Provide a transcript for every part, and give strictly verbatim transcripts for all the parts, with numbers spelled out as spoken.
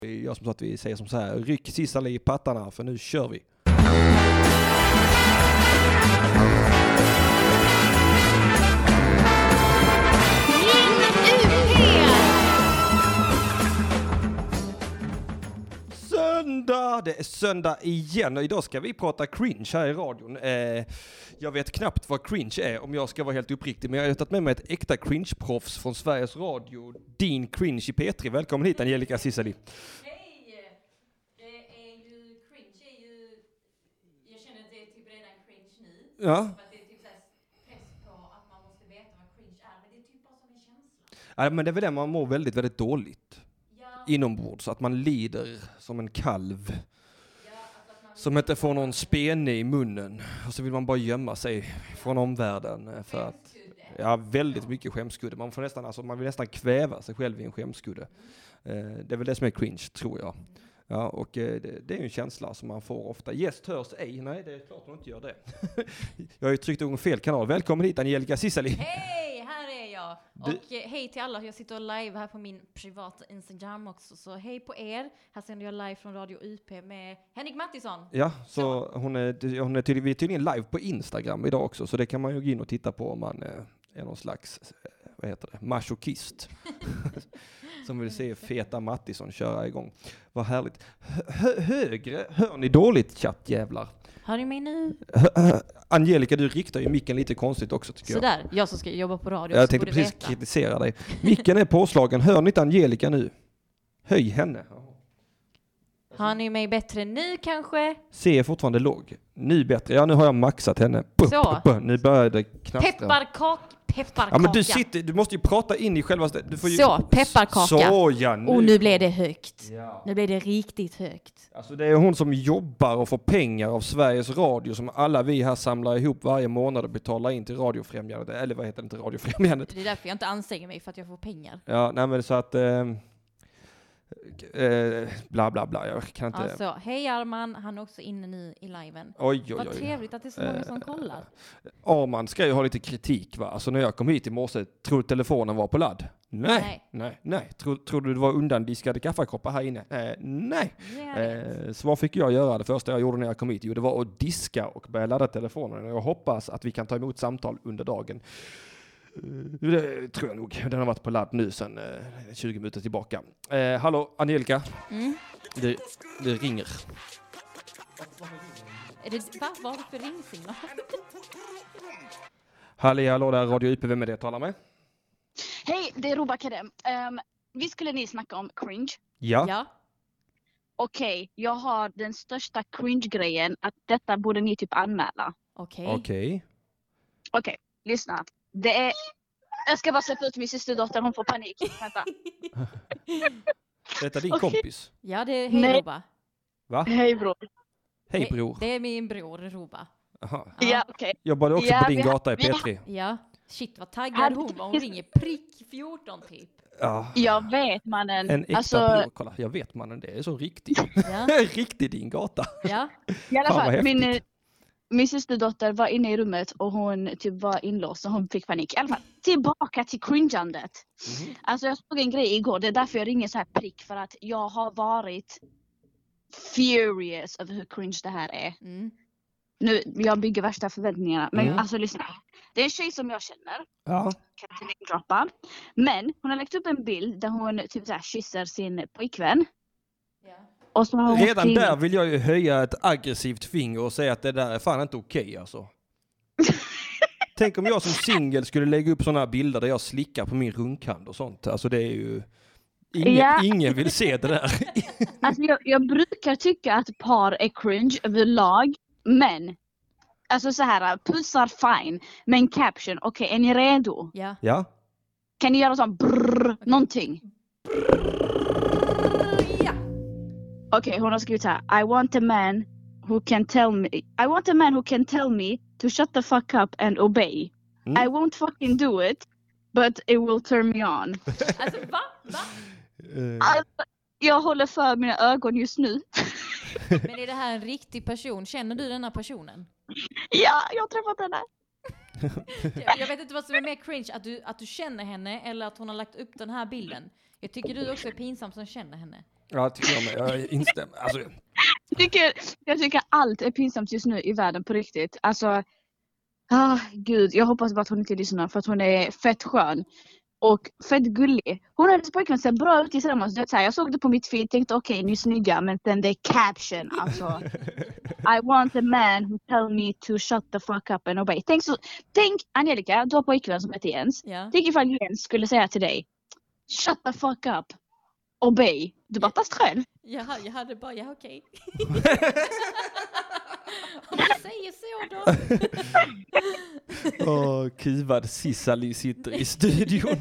Jag som sa att vi säger som så här, ryck Sissali i pattarna för nu kör vi. Söndag! Det är söndag igen och idag ska vi prata cringe här i radion. Eh, jag vet knappt vad cringe är om jag ska vara helt uppriktig, men jag har tagit med mig ett äkta cringe-proffs från Sveriges Radio, din cringe i P tre. Välkommen hit Angelica Sissali. Hej! Det är ju cringe, är ju, jag känner att det är typ redan cringe nu. Ja. För att det är typ så här press på att man måste veta vad cringe är, men det är typ bara som en känsla. Ja, men det är väl det man mår väldigt, väldigt dåligt. Inombords, så att man lider som en kalv. Ja, alltså att man som inte får någon spene i munnen. Och så vill man bara gömma sig från omvärlden. För att, ja, väldigt mycket skämskudde. Man, får nästan, alltså, man vill nästan kväva sig själv i en skämskudde. Mm. Eh, det är väl det som är cringe, tror jag. Ja, och eh, det, det är ju en känsla som man får ofta. Gäst hörs ej. Nej, det är klart hon inte gör det. Jag har ju tryckt igång fel kanal. Välkommen hit Angelica Sissali. Hej, här är jag. Du... Och eh, hej till alla. Jag sitter och live här på min privata Instagram också. Så hej på er. Här sänder jag live från Radio U P med Henrik Mattisson. Ja, så, så. Hon är, hon är tydligen, vi är tydligen live på Instagram idag också. Så det kan man ju gå in och titta på om man är någon slags, vad heter det, masochist. Som vill se feta Mattisson köra igång. Vad härligt. Hö- högre, hör ni dåligt chattjävlar? Hör ni mig nu? Angelica, du riktar ju micken lite konstigt också tycker jag. Sådär, jag som ska jobba på radio. Jag tänkte precis veta. kritisera dig. Micken är påslagen, hör ni inte Angelica nu? Höj henne. Hör ni mig bättre nu kanske? Se fortfarande låg. Nu bättre, ja nu har jag maxat henne. Buh, Så. buh, buh. Nu börjar det knastra. Pepparkak, pepparkaka. Ja men du sitter, du måste ju prata in i själva... Du får ju... Så, pepparkaka. Så, ja, nu. Och nu blev det högt. Ja. Nu blev det riktigt högt. Alltså det är hon som jobbar och får pengar av Sveriges Radio som alla vi här samlar ihop varje månad och betalar in till Radiofrämjandet. Eller vad heter det, inte Radiofrämjandet? Det är därför jag inte anstränger mig, för att jag får pengar. Ja, nej men så att... Eh, eh, bla bla bla, jag kan inte... Alltså, hej Arman, han är också inne nu i liven. Oj, oj, oj. Vad trevligt att det är så många Eh, som kollar. Arman ska ju ha lite kritik va? Alltså när jag kom hit i morse, trodde telefonen var på ladd? Nej, nej, nej. nej. Tro, trodde du det var undandiskade kaffekoppar här inne? Eh, nej. Eh, så vad fick jag göra det första jag gjorde när jag kom hit? Jo, det var att diska och börja ladda telefonen. Jag hoppas att vi kan ta emot samtal under dagen. Uh, det tror jag nog. Den har varit på ladd nu sedan uh, tjugo minuter tillbaka. Uh, hallå, Angelica. Mm. Det, det ringer. Är det, va? Vad har du för ringsignal? Halli, hallå där, Radio U P. Vem är det jag talar med? Hej, det är Ruba Kadem. Um, vi skulle ni snacka om cringe. Ja. Ja. Okej, okay, jag har den största cringe-grejen att detta borde ni typ anmäla. Okej. Okej. Okej, okay, lyssna. Det är... Jag ska bara släppa ut min systerdotter, hon får panik. Vänta. Detta är din Okay. kompis? Ja, det är hej Nej. Ruba. Va? Hej bror. Hej bror. Det, det är min bror Ruba. Aha. Ja. Ja, okej. Okay. Jobbade också Ja, på din vi- gata i vi- P tre. Ja. Shit, vad taggad Hade- hon var. Hon ringer prick fjorton typ. Ja. Jag vet mannen. En äkta alltså, bror. Kolla, jag vet mannen, det är så riktigt. Ja. Riktigt din gata. Ja. i alla Fan, vad fall, min, häftigt. min systerdotter var inne i rummet och hon typ var inlåst och hon fick panik. I alla fall, tillbaka till cringeandet. Mhm. Alltså jag såg en grej igår, det är därför jag ringer så här prick, för att jag har varit furious över hur cringe det här är. Mm. Nu, jag bygger värsta förväntningarna, men Mm. alltså lyssna. Det är en tjej som jag känner, Ja. kan jag namedroppa. Men hon har lagt upp en bild där hon typ så här kysser sin pojkvän. Ja. Och så har hon Redan skrivit- där vill jag ju höja ett aggressivt finger och säga att det där är fan inte okej alltså. Tänk om jag som singel skulle lägga upp sådana bilder där jag slickar på min runkhand och sånt. Alltså det är ju... Ingen, Ja. ingen vill se det där. Alltså jag, jag brukar tycka att par är cringe överlag, men alltså så här, pussar fine, men caption, okej, okay, är ni redo? Ja. Ja. Kan ni göra sån brrr, någonting? Ja. Okej, okay, hon har skrivit här: I want a man who can tell me I want a man who can tell me to shut the fuck up and obey. Mm. I won't fucking do it, but it will turn me on. Alltså va? Va? Eh, Alltså, jag håller för mina ögon just nu. Men är det här en riktig person? Känner du den här personen? Ja, jag har träffat henne. Jag, jag vet inte vad som är mer cringe, att du, att du känner henne eller att hon har lagt upp den här bilden. Jag tycker du också är pinsam som känner henne. Ja, tycker jag med. Jag instämmer. Alltså... Jag, tycker, jag tycker allt är pinsamt just nu i världen på riktigt. Alltså, ah, gud, jag hoppas bara att hon inte lyssnar för att hon är fett skön. Och fett gullig. Hon hade pojkvän ser bra ut tillsammans. Det, så här, jag såg det på mitt feed och tänkte okej, okay, ni är snygga. Men sen det är caption. Alltså, I want a man who tell me to shut the fuck up and obey. Tänk, så, tänk Angelica, du har pojkvän som heter Jens. Ja. Tänk ifall Jens skulle säga till dig, shut the fuck up, obey. Du bara, fast själv. Jaha, jag hade bara, ja okej. Okay. Om man säger så då. Åh, kuvad Sissali sitter i studion.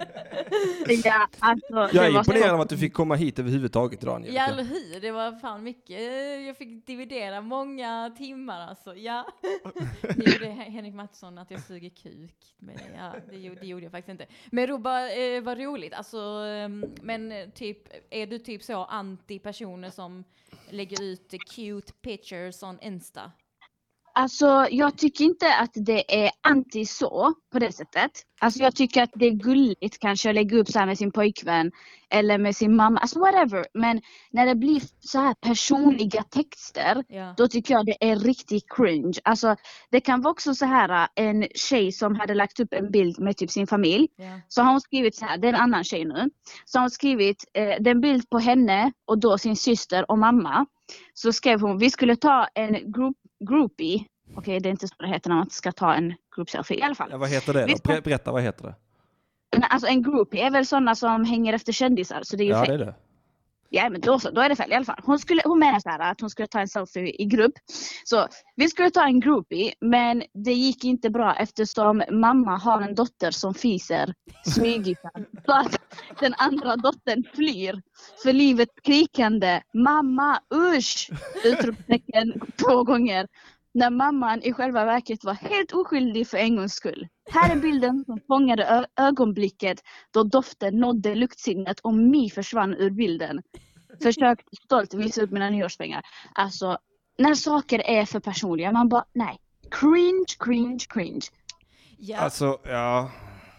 Ja, alltså, jag är imponerad av att du fick komma hit överhuvudtaget idag, Angelica. Ja, eller hur? Det var fan mycket. Jag fick dividera många timmar alltså. Ja. Det gjorde Henrik Mattsson att jag suger kuk. Men ja, det gjorde, det gjorde jag faktiskt inte. Men Robba, eh, vad roligt. Alltså, men typ, är du typ så anti-personer som lägger ut cute pictures on Insta? Alltså jag tycker inte att det är anti så på det sättet. Alltså jag tycker att det är gulligt kanske att lägga upp så här med sin pojkvän eller med sin mamma, alltså whatever. Men när det blir så här personliga texter, ja. Då tycker jag det är riktigt cringe. Alltså det kan vara också så här en tjej som hade lagt upp en bild med typ sin familj. Ja. Så har hon skrivit så här, det är en annan tjej nu. Så har hon skrivit eh, den bild på henne och då sin syster och mamma. Så skrev hon, vi skulle ta en group, groupie. Okej, okay, det är inte så det heter när man ska ta en group selfie i alla fall. Ja, vad heter det då? Ska... Berätta, vad heter det? Alltså en groupie är väl sådana som hänger efter kändisar. Så det är ju ja, fel. det är det. Ja, men då, så, då är det fel i alla fall. Hon, skulle, hon menar så här att hon skulle ta en selfie i grupp. Så vi skulle ta en groupie, men det gick inte bra eftersom mamma har en dotter som fiser smygisar. Så att den andra dottern flyr för livet skrikande. Mamma, usch! Utropstecken två gånger. När mamman i själva verket var helt oskyldig för en gångs skull. Här är bilden som fångade ö- ögonblicket då doften nådde luktsinnet och Mi försvann ur bilden. Försökt stolt visa upp mina nyårspengar. Alltså, när saker är för personliga, man bara, nej. Cringe, cringe, cringe. Ja. Alltså, ja.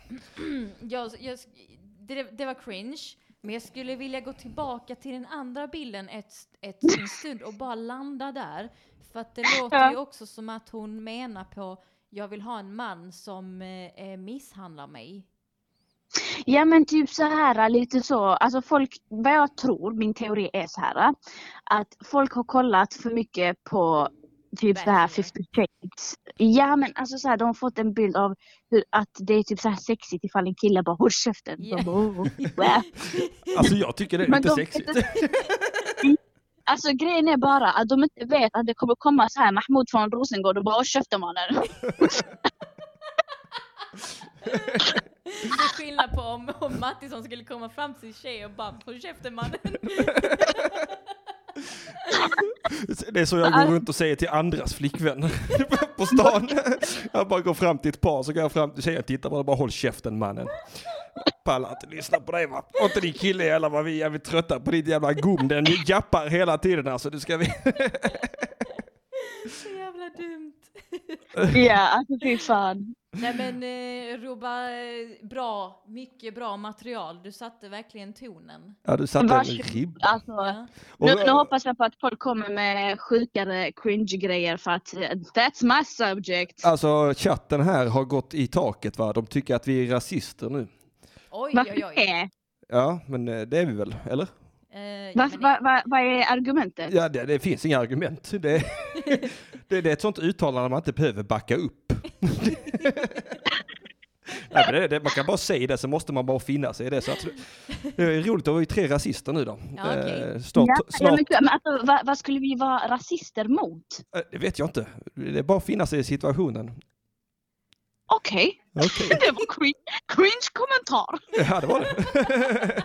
jag, jag, det, det var cringe. Men jag skulle vilja gå tillbaka till den andra bilden ett, ett en stund och bara landa där. För att det låter ja. ju också som att hon menar på jag vill ha en man som eh, misshandlar mig. Ja men typ så här lite så. Alltså folk, vad jag tror, min teori är så här. Att folk har kollat för mycket på typ så här fifty shades. Ja men alltså så här, de har fått en bild av hur, att det är typ så här sexigt ifall en kille bara håll käften. Yeah. Bara, oh, oh. Alltså jag tycker det är men lite de, sexigt. Alltså grejen är bara att de inte vet att det kommer komma så här Mahmoud från Rosengård och bara håll käften mannen. Det är skillnad på om, om Mattisson skulle komma fram till tjej och bara håll käften mannen. Det är så jag går runt och säger till andras flickvänner på stan. Jag bara går fram till ett par så går jag fram till tjejen och tittar på och bara håll käften mannen. Pallar inte lyssna på dig va? Och inte din kille eller vad vi är vi trötta på ditt jävla gom. Den jappar hela tiden alltså. Du ska vi... Så jävla dumt. Ja, alltså fy fan. Nej men eh, Robba, bra, mycket bra material. Du satte verkligen tonen. Ja, du satte en ribb. Alltså, ja. nu, nu hoppas jag på att folk kommer med sjukare cringe-grejer för att that's my subject. Alltså chatten här har gått i taket va? De tycker att vi är rasister nu. Oj, Varför oj, oj. är? Ja, men det är vi väl, eller? Uh, ja, Vad va, va, va är argumentet? Ja, det, det finns inga argument. Det, det, det är ett sånt uttalande man inte behöver backa upp. Nej, men det, det, man kan bara säga det så måste man bara finna sig i det. Så att, det är roligt att vi är tre rasister nu då. Ja, okay. eh, snart, ja, snart, men alltså, vad, vad skulle vi vara rasister mot? Eh, det vet jag inte. Det är bara att finna sig i situationen. Okej. Okay. Okay. Det var cringe, cringe kommentar. Ja, det var det.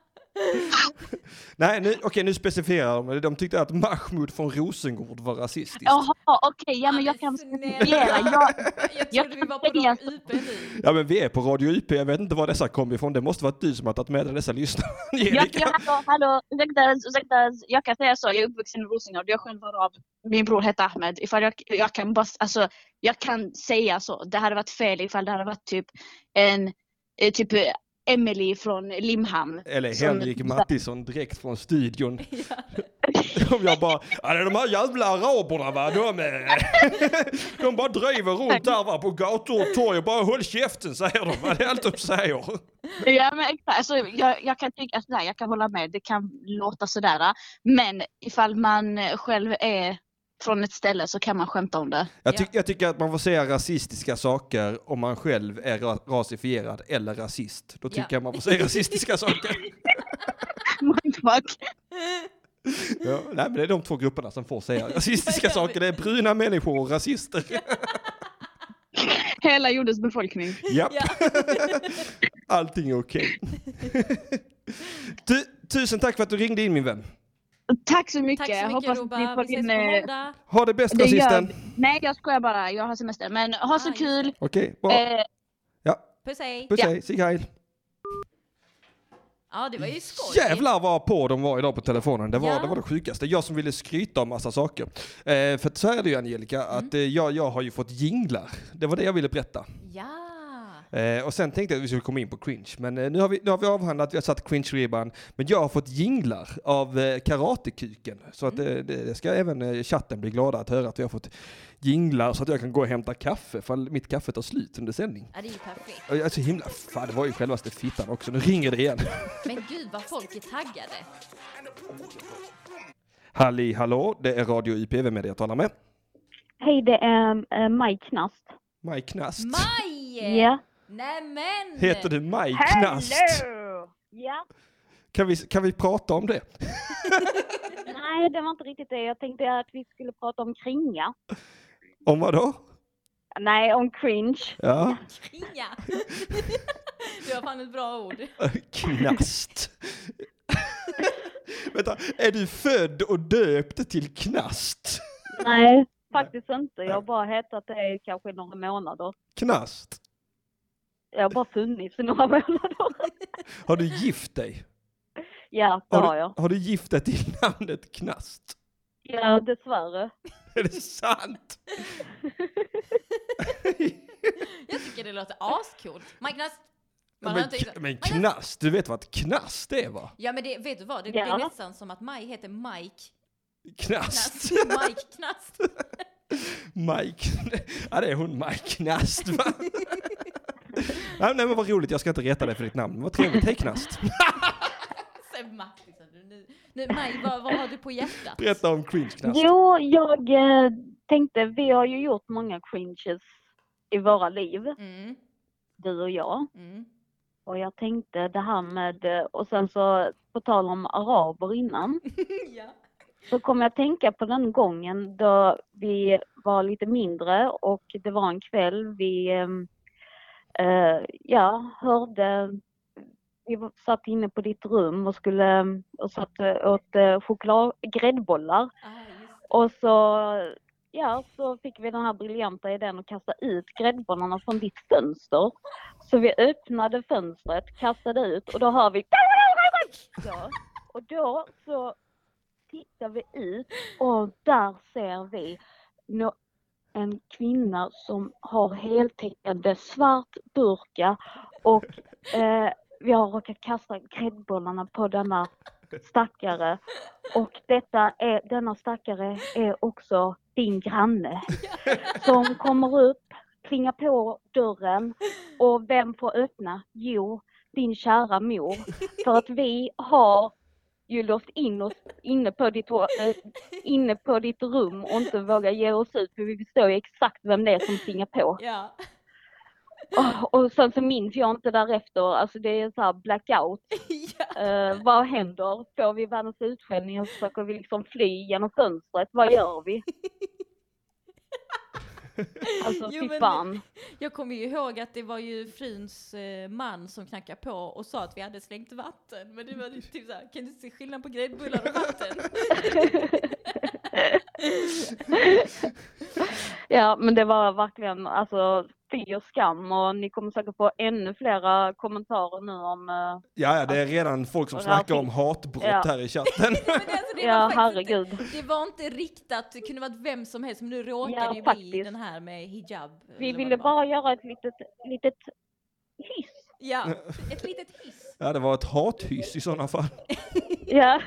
Nej, nu, okej, nu specificerar de. De tyckte att Mahmoud från Rosengård var rasistisk. Jaha, okej, okay, ja men jag kan specificera. Jag, jag trodde vi var på Radio U P nu. Ja, men vi är på Radio U P. Jag vet inte var dessa kom ifrån. Det måste vara du som har tagit med dessa lyssnare. Ja, ja, hallå, hallå, ursäkta, ursäkta. Jag kan säga så, jag är uppvuxen i Rosengård. Jag själv var av, min bror hette Ahmed. Ifall jag, jag kan bara, alltså, jag kan säga så. Det hade varit fel ifall det hade varit typ en, typ Emily från Limhamn. Eller som, Henrik Mattisson direkt från studion. Ja. Om jag bara, ja, det är de här jävla araberna va, de, är, de bara driver runt där va, på gator och torg och bara håll käften säger de, va? Det är allt de säger. Ja, men alltså, jag, jag kan tycka att jag kan hålla med, det kan låta sådär, men ifall man själv är från ett ställe så kan man skämta om det. Jag, ty- jag tycker att man får säga rasistiska saker om man själv är ra- rasifierad eller rasist. Då tycker ja. jag man får säga rasistiska saker. Ja, nej, men det är de två grupperna som får säga rasistiska saker. Det är bruna människor och rasister. Hela jordens befolkning. Japp. Ja. Allting är okej. Tu- tusen tack för att du ringde in, min vän. Tack så mycket. Tack så mycket, hoppas Ruba. att ni får Vi ses din... på måndag. Ha det bäst, rasisten. Nej, jag skojar bara. Jag har semester. Men ha ah, så kul. Okej, bra. Eh... Ja. Puss hej. Puss hej. Sig hej. Ja, det var ju skoj. Jävlar vad på de var idag på telefonen. Det var, ja. det var det sjukaste. Jag som ville skryta om massa saker. Eh, för så är det ju, Angelica, mm. att eh, jag, jag har ju fått jinglar. Det var det jag ville berätta. Ja. Eh, och sen tänkte jag att vi skulle komma in på cringe. Men eh, nu, har vi, nu har vi avhandlat, vi har satt cringe-ribban. Men jag har fått jinglar av eh, Karatekuken. Så att, mm. eh, det, det ska även eh, chatten bli glada att höra att vi har fått jinglar så att jag kan gå och hämta kaffe. För mitt kaffe tar slut under sändning. Ja, det är ju perfekt. Och jag är så himla... Fan, det var ju självaste fittan också. Nu ringer det igen. Men gud vad folk är taggade. Halli, hallå. Det är Radio Y P V med det jag talar med. Hej, det är äh, Maj Knast. Maj Knast. Maj! Ja. Yeah. Nämen! Heter du Maj Knast? Hello! Ja. Kan vi, kan vi prata om det? Nej, det var inte riktigt det. Jag tänkte att vi skulle prata om kringa. Om vad då? Nej, om cringe. Ja. Kringa. Det var fan ett bra ord. Knast. Vänta, är du född och döpt till Knast? Nej, faktiskt inte. Jag har bara hetat det i kanske några månader. Knast? Jag har bara funnits i några månader. Har du gift dig? Ja, det har, har jag. Du, har du gift dig till namnet Knast? Ja, dessvärre. Är det sant? Jag tycker det låter ascoolt. Maj Knast. Ja, men, inte... men Knast, du vet vad ett knast är, va? Ja, men det, vet du vad? Det ja. blir nästan som att Maj heter Mike Knast. Knast. Mike Knast. Mike. Ja, det är hon Mike Knast, va? Ja, nej, men vad roligt, jag ska inte reta dig för ditt namn. Vad trevligt, hej Knast. Nu, nu, Maj, vad, vad har du på hjärtat? Berätta om cringe, Knast. Jo, jag eh, tänkte, vi har ju gjort många cringes i våra liv. Mm. Du och jag. Mm. Och jag tänkte det här med, och sen så på tal om araber innan. Ja. Så kom jag att tänka på den gången då vi var lite mindre och det var en kväll vi eh, ja, hörde, vi satt inne på ditt rum och skulle och satt åt choklad, gräddbollar. Ah, och så ja, så fick vi den här briljanta idén att kasta ut gräddbollarna från ditt fönster. Så vi öppnade fönstret, kastade ut och då hör vi så. Och då så tittar vi ut och där ser vi en kvinna som har heltäckande svart burka och eh, vi har råkat kasta gräddbollarna på denna stackare. Och detta är, denna stackare är också din granne som kommer upp, klingar på dörren och vem får öppna? Jo, din kära mor. För att vi har ju låst in oss inne på ditt, äh, inne på ditt rum och inte vågar ge oss ut för vi förstår ju exakt vem det är som klingar på. Ja. Och, och sen så minns jag inte därefter, alltså det är så här blackout. Ja. Uh, vad händer? Får vi världens utskällning och försöker vi liksom fly genom fönstret? Vad gör vi? Alltså Jo, fy men fan. Jag kommer ju ihåg att det var ju fruns eh, man som knackade på och sa att vi hade slängt vatten. Men det var ju typ såhär, kan du se skillnad på gräddbullar och vatten? Ja, men det var verkligen alltså fy och skam och ni kommer säkert få ännu flera kommentarer nu om... Uh, ja, ja, det är redan folk som snackar om hatbrott ja. här i chatten. Men alltså, det ja, herregud. Inte, det var inte riktat, det kunde varit vem som helst, men nu råkade ja, ju bli den här med hijab. Vi ville bara göra ett litet, litet hyss Ja, ett litet hiss. Ja, det var ett hathyss i sådana fall. Ja.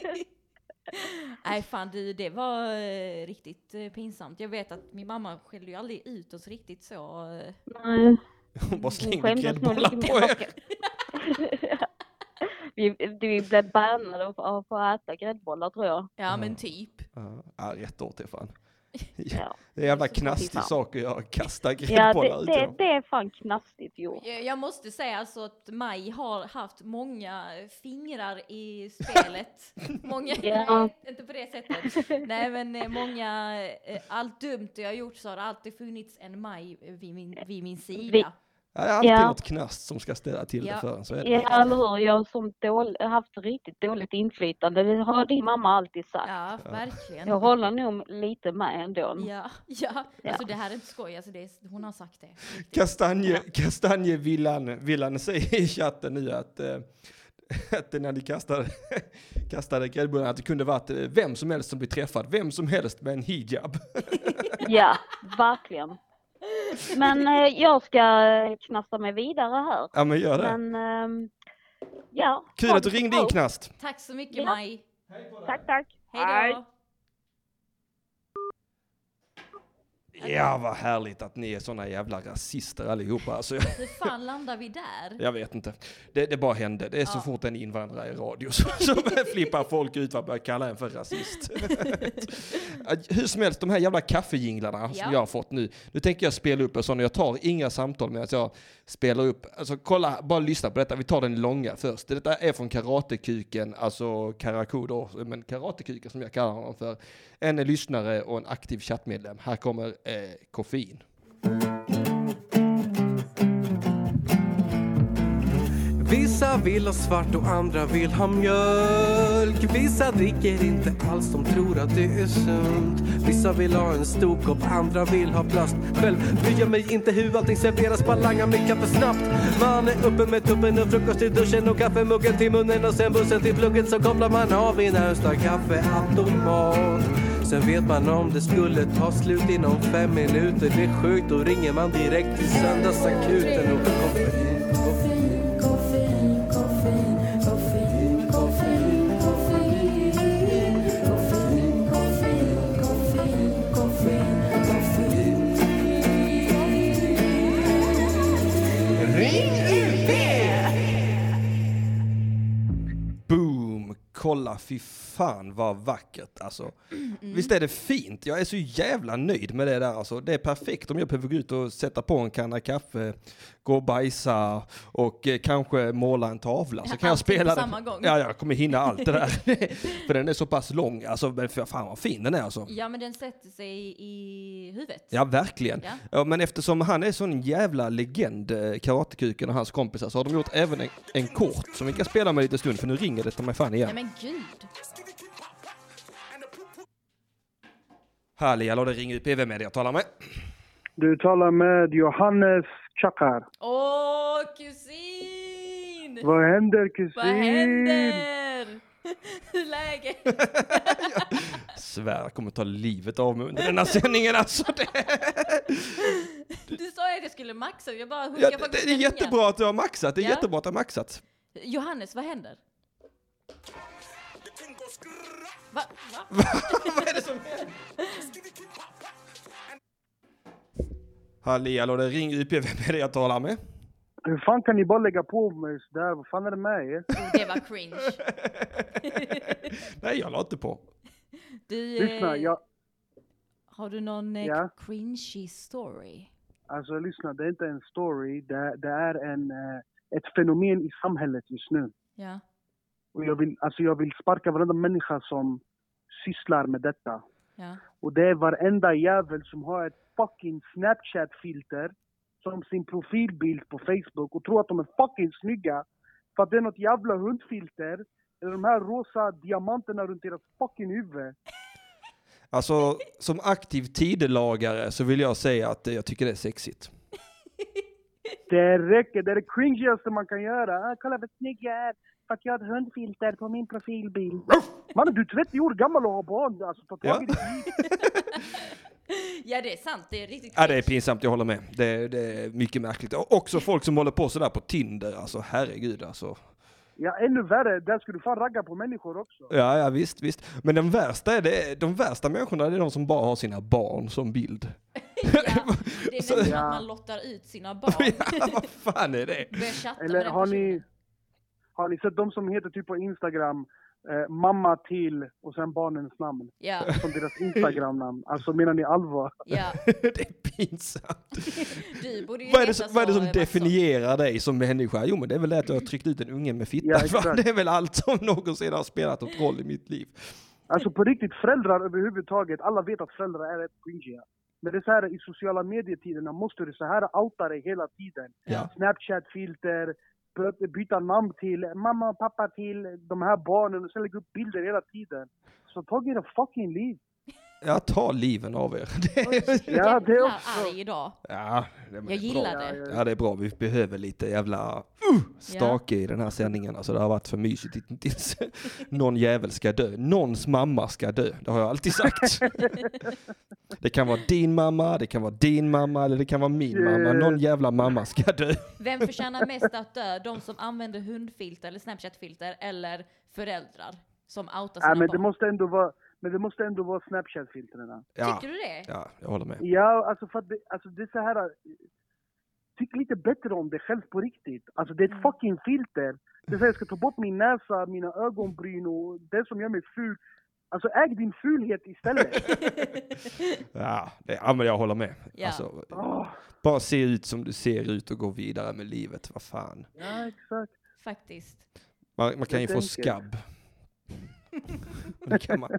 Nej fan du, det var eh, riktigt eh, pinsamt. Jag vet att min mamma skällde ju aldrig ut oss riktigt så. Eh. Nej. Hon bara slängde Skämdes nog gräddbollar lite på mer. er. vi, vi blev bannade av av att få äta gräddbollar tror jag. Ja men typ. Ja, ja, rätt åt det fan. Ja. Det är en jävla Så knastig fan. sak att göra, kasta Ja, gräddbollar det, ut. det, Ja. det är fan knastigt gjort. Jag jag måste säga alltså att Maj har haft många fingrar i spelet. Många, Ja. nej, inte på det sättet. Nej men eh, många, eh, allt dumt jag har gjort så har det alltid funnits en Maj vid min, vid min sida. Vi- Ja, det är alltid Ja. något knast som ska ställa till Ja. det för en, så är det. Ja, eller hur? Jag har som dål, haft riktigt dåligt inflytande. Det har din mamma alltid sagt. Ja, verkligen. Jag håller nog lite med ändå. Ja, ja. Ja. Alltså det här är inte skoj, alltså det är, hon har sagt det. Kastanje, kastanjevillan villan säger i chatten nu att, eh, att när ni kastade, kastade gräddbollarna att det kunde varit eh, vem som helst som blir träffad. Vem som helst med en hijab. Ja, verkligen. Men eh, jag ska knasta mig vidare här. Ja, men gör det. Men ehm, ja. Kul ha att du det så ringde in, bra. Knast. Tack så mycket Ja. Maj. Tack, tack. Hej då. Ja, vad härligt att ni är såna jävla rasister allihopa. Alltså, jag, Hur fan landar vi där? jag vet inte. Det, det bara hände. Det är så Ja. fort en invandrare i radio så, så flippar folk ut och börjar kalla en för rasist. Hur som helst, de här jävla kaffejinglarna Ja. som jag har fått nu. Nu tänker jag spela upp en sån. Jag tar inga samtal medan jag spelar upp. Alltså kolla, bara lyssna på detta. Vi tar den långa först. Detta är från Karatekuken, alltså Karakou då, men Karatekuken som jag kallar honom för. En är lyssnare och en aktiv chattmedlem. Här kommer eh, koffein. Vissa vill ha svart och andra vill ha mjölk. Vissa dricker inte alls, de tror att det är sunt. Vissa vill ha en stor kopp, andra vill ha plast. Själv bryr jag mig inte hur allting serveras, bara langar mitt kaffe snabbt. Man är uppe med tuppen och frukost i duschen och kaffemuggen till munnen och sen bussen till plugget, så kopplar man av i närmsta kaffeautomat. Sen vet man om det skulle ta slut inom fem minuter. Det är sjukt, då ringer man direkt till söndagsakuten och koffein. Boom! Kolla, fy fan vad vackert alltså. Mm. Visst är det fint? Jag är så jävla nöjd med det där alltså. Det är perfekt om jag behöver gå ut och sätta på en kanna kaffe, gå och bajsa och eh, kanske måla en tavla. Så kan jag spela på den. samma gång. Ja, jag kommer hinna allt det där. För den är så pass lång. Alltså, men för fan vad fin den är alltså. Ja men den sätter sig i huvudet. Ja, verkligen. Ja. Ja, men eftersom han är sån jävla legend, eh, Karatekuken och hans kompisar, så har de gjort även en, en kort som vi kan spela med lite stund, för nu ringer det till mig fan igen. Nej men gud. Härlig, hallå, det ringer ut P V-media, jag talar med. Du talar med Johannes Chakar. Åh kusin! Vad händer kusin? Vad händer? Hur är läget? Svär, jag kommer ta livet av mig under den här sändningen alltså. Det, Du sa ju att jag skulle maxa, jag bara hur ja, jag det, faktiskt det är ska jättebra ringa. att du har maxat, det är Ja. jättebra att du har maxat. Johannes, vad händer? Va? Va? Vad är det som händer? Halli, hallå, det ringer ut P V-media, jag talar med. Hur fan kan ni bara lägga på mig sådär? Vad fan är det med er? Det var cringe. Nej, jag la inte på. Du, Lyssna, eh, jag, har du någon eh, Ja. cringy story? alltså lyssna, det är inte en story. Det, det är en, eh, ett fenomen i samhället just nu. Ja. Och jag vill, alltså jag vill sparka varenda människa som sysslar med detta. Ja. Och det är varenda jävel som har ett fucking Snapchat-filter som sin profilbild på Facebook och tror att de är fucking snygga för att det är något jävla hundfilter eller de här rosa diamanterna runt deras fucking huvud. Alltså, som aktiv tidelagare så vill jag säga att eh, jag tycker det är sexigt. Det räcker, det är det cringigaste man kan göra. Ah, kolla vad snygg jag är för att jag har ett hundfilter på min profilbild. Man, du är trettio år gammal och har barn, alltså ta tag i Ja. ditt liv. Ja, det är sant. Det är riktigt Ja, det är pinsamt, jag håller med. Det, det är mycket märkligt. Och också folk som håller på sådär på Tinder. Alltså, herregud alltså. Ja, ännu värre. Där skulle du fan ragga på människor också. Ja, ja, visst, visst. Men de värsta är det, de värsta människorna är de som bara har sina barn som bild. Ja, det är nästan Ja. att man lottar ut sina barn. Ja, vad fan är det? Börjar chatta Eller med den har personen. ni, har ni sett de som heter typ på Instagram eh, mamma till och sen barnens namn? Ja, Som deras Instagram-namn. Alltså menar ni allvar? ja. Det är pinsamt. Du borde ju Vad är, det veta som, vad är det så, som Mattsson. definierar dig som människa? Jo, men det är väl det att du har tryckt ut en unge med fitta. Ja, exakt. Det är väl allt som någonsin har spelat en roll i mitt liv. Alltså på riktigt, föräldrar överhuvudtaget, alla vet att föräldrar är rätt cringiga. Men det är så här i sociala medietiderna måste du så här outa dig hela tiden. Ja. Snapchat-filter, by- byta namn till mamma och pappa till de här barnen och sen lägga upp bilder hela tiden. Så tag er fucking liv. Jag tar liven av er. Det Oj, är, Ja, det är jävlar också- arg idag. ja, det är Jag gillar bra. det. Ja, det är bra. Vi behöver lite jävla uh, stake i den här sändningen. Alltså, det har varit för mysigt tills någon jävel ska dö. Någons mamma ska dö. Det har jag alltid sagt. Det kan vara din mamma, det kan vara din mamma eller det kan vara min mamma. Någon jävla mamma ska dö. Vem förtjänar mest att dö? De som använder hundfilter eller Snapchat-filter eller föräldrar som outar sina Ja, men det barn? måste ändå vara, men det måste ändå vara Snapchat-filtrerna. Ja, Tycker du det? ja, jag håller med. Ja, alltså för att det, alltså det är så här. Tyck lite bättre om det själv på riktigt. Alltså det är ett fucking filter. Det är så här, jag ska ta bort min näsa, mina ögonbryn och det som gör mig ful. Alltså äg din fulhet istället. Ja, det, ja, men jag håller med. Ja. Alltså, Åh, bara se ut som du ser ut och gå vidare med livet. Vad fan. ja, exakt. Faktiskt. Man, man kan ju Jag få tänker. skabb. Det kan man.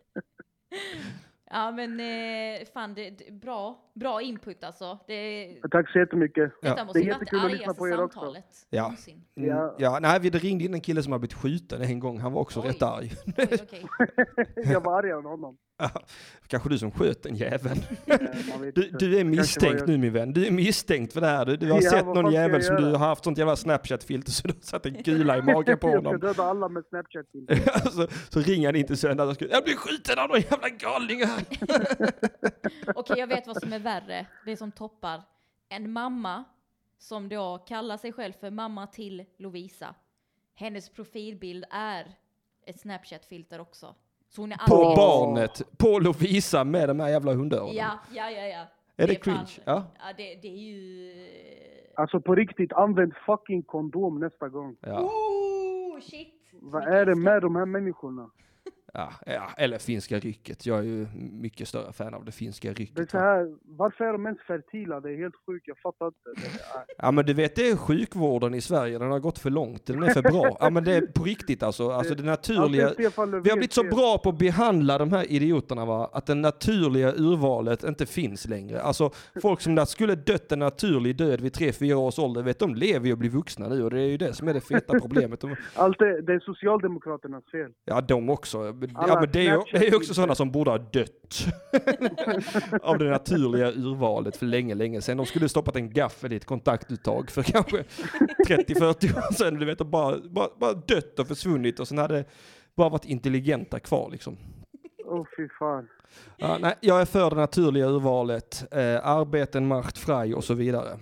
Ja, men eh, fan, det, det, bra, bra input alltså. Det, Tack så jättemycket. Ja. detta måste Det är ju varit jättekul att lyssna argaste på er också. samtalet Ja. någonsin. Mm, Ja. ja, nej, vi ringde in en kille som har blivit skjuten en gång. Han var också Oj. rätt arg. Oj, okej. Jag var argare än honom. Ja, kanske du som sköt den jäveln. Eh, man vet Du, inte. du är Kanske misstänkt var jag- nu min vän. Du är misstänkt för det här. Du, du har Ja, sett vad någon fan ska jävel jag som du göra? har haft sånt jävla Snapchat-filter så du har satt en kula i magen på Jag ska honom. döda alla med Snapchat-filter. så, så ringer han inte söndag och skulle, jag blir skjuten av någon jävla galning här. Okej, jag vet vad som är värre. Det som toppar. En mamma som då kallar sig själv för mamma till Lovisa. Hennes profilbild är ett Snapchat-filter också. Så hon är På alltid... barnet, på Lovisa med de här jävla hundöronen. Ja, ja, ja, ja. Är det fan- cringe? Ja. Ja, det, det är ju... Alltså på riktigt, använd fucking kondom nästa gång. Ja. Oh, shit! Vad är det med de här människorna? Ja, ja, eller finska rycket. Jag är ju mycket större fan av det finska Det är rycket. så här, varför är de ens fertila? Det är helt sjukt, jag fattar inte. Det är, Ja, men du vet, det är sjukvården i Sverige. Den har gått för långt. Den är för bra. Ja, men det är på riktigt alltså. Alltså det naturliga... Alltså, Stefan Löfven Vi har blivit så fel. bra på att behandla de här idioterna, va? Att det naturliga urvalet inte finns längre. Alltså folk som skulle dött en naturlig död vid tre, fyra års ålder, vet de lever ju och blir vuxna nu och det är ju det som är det feta problemet. De, Allt det, det är Socialdemokraternas fel. ja, de också. Ja, Alla men det är ju det är ju också Snapchat-filter. sådana som borde ha dött av det naturliga urvalet för länge, länge sedan. De skulle stoppat en gaffel i ett kontaktuttag för kanske trettio fyrtio år sedan. Du vet, och bara, bara, bara dött och försvunnit och sen hade det bara varit intelligenta kvar liksom. Åh oh, fy fan. Ja, nej, jag är för det naturliga urvalet, eh, arbeten, makt, fraj och så vidare.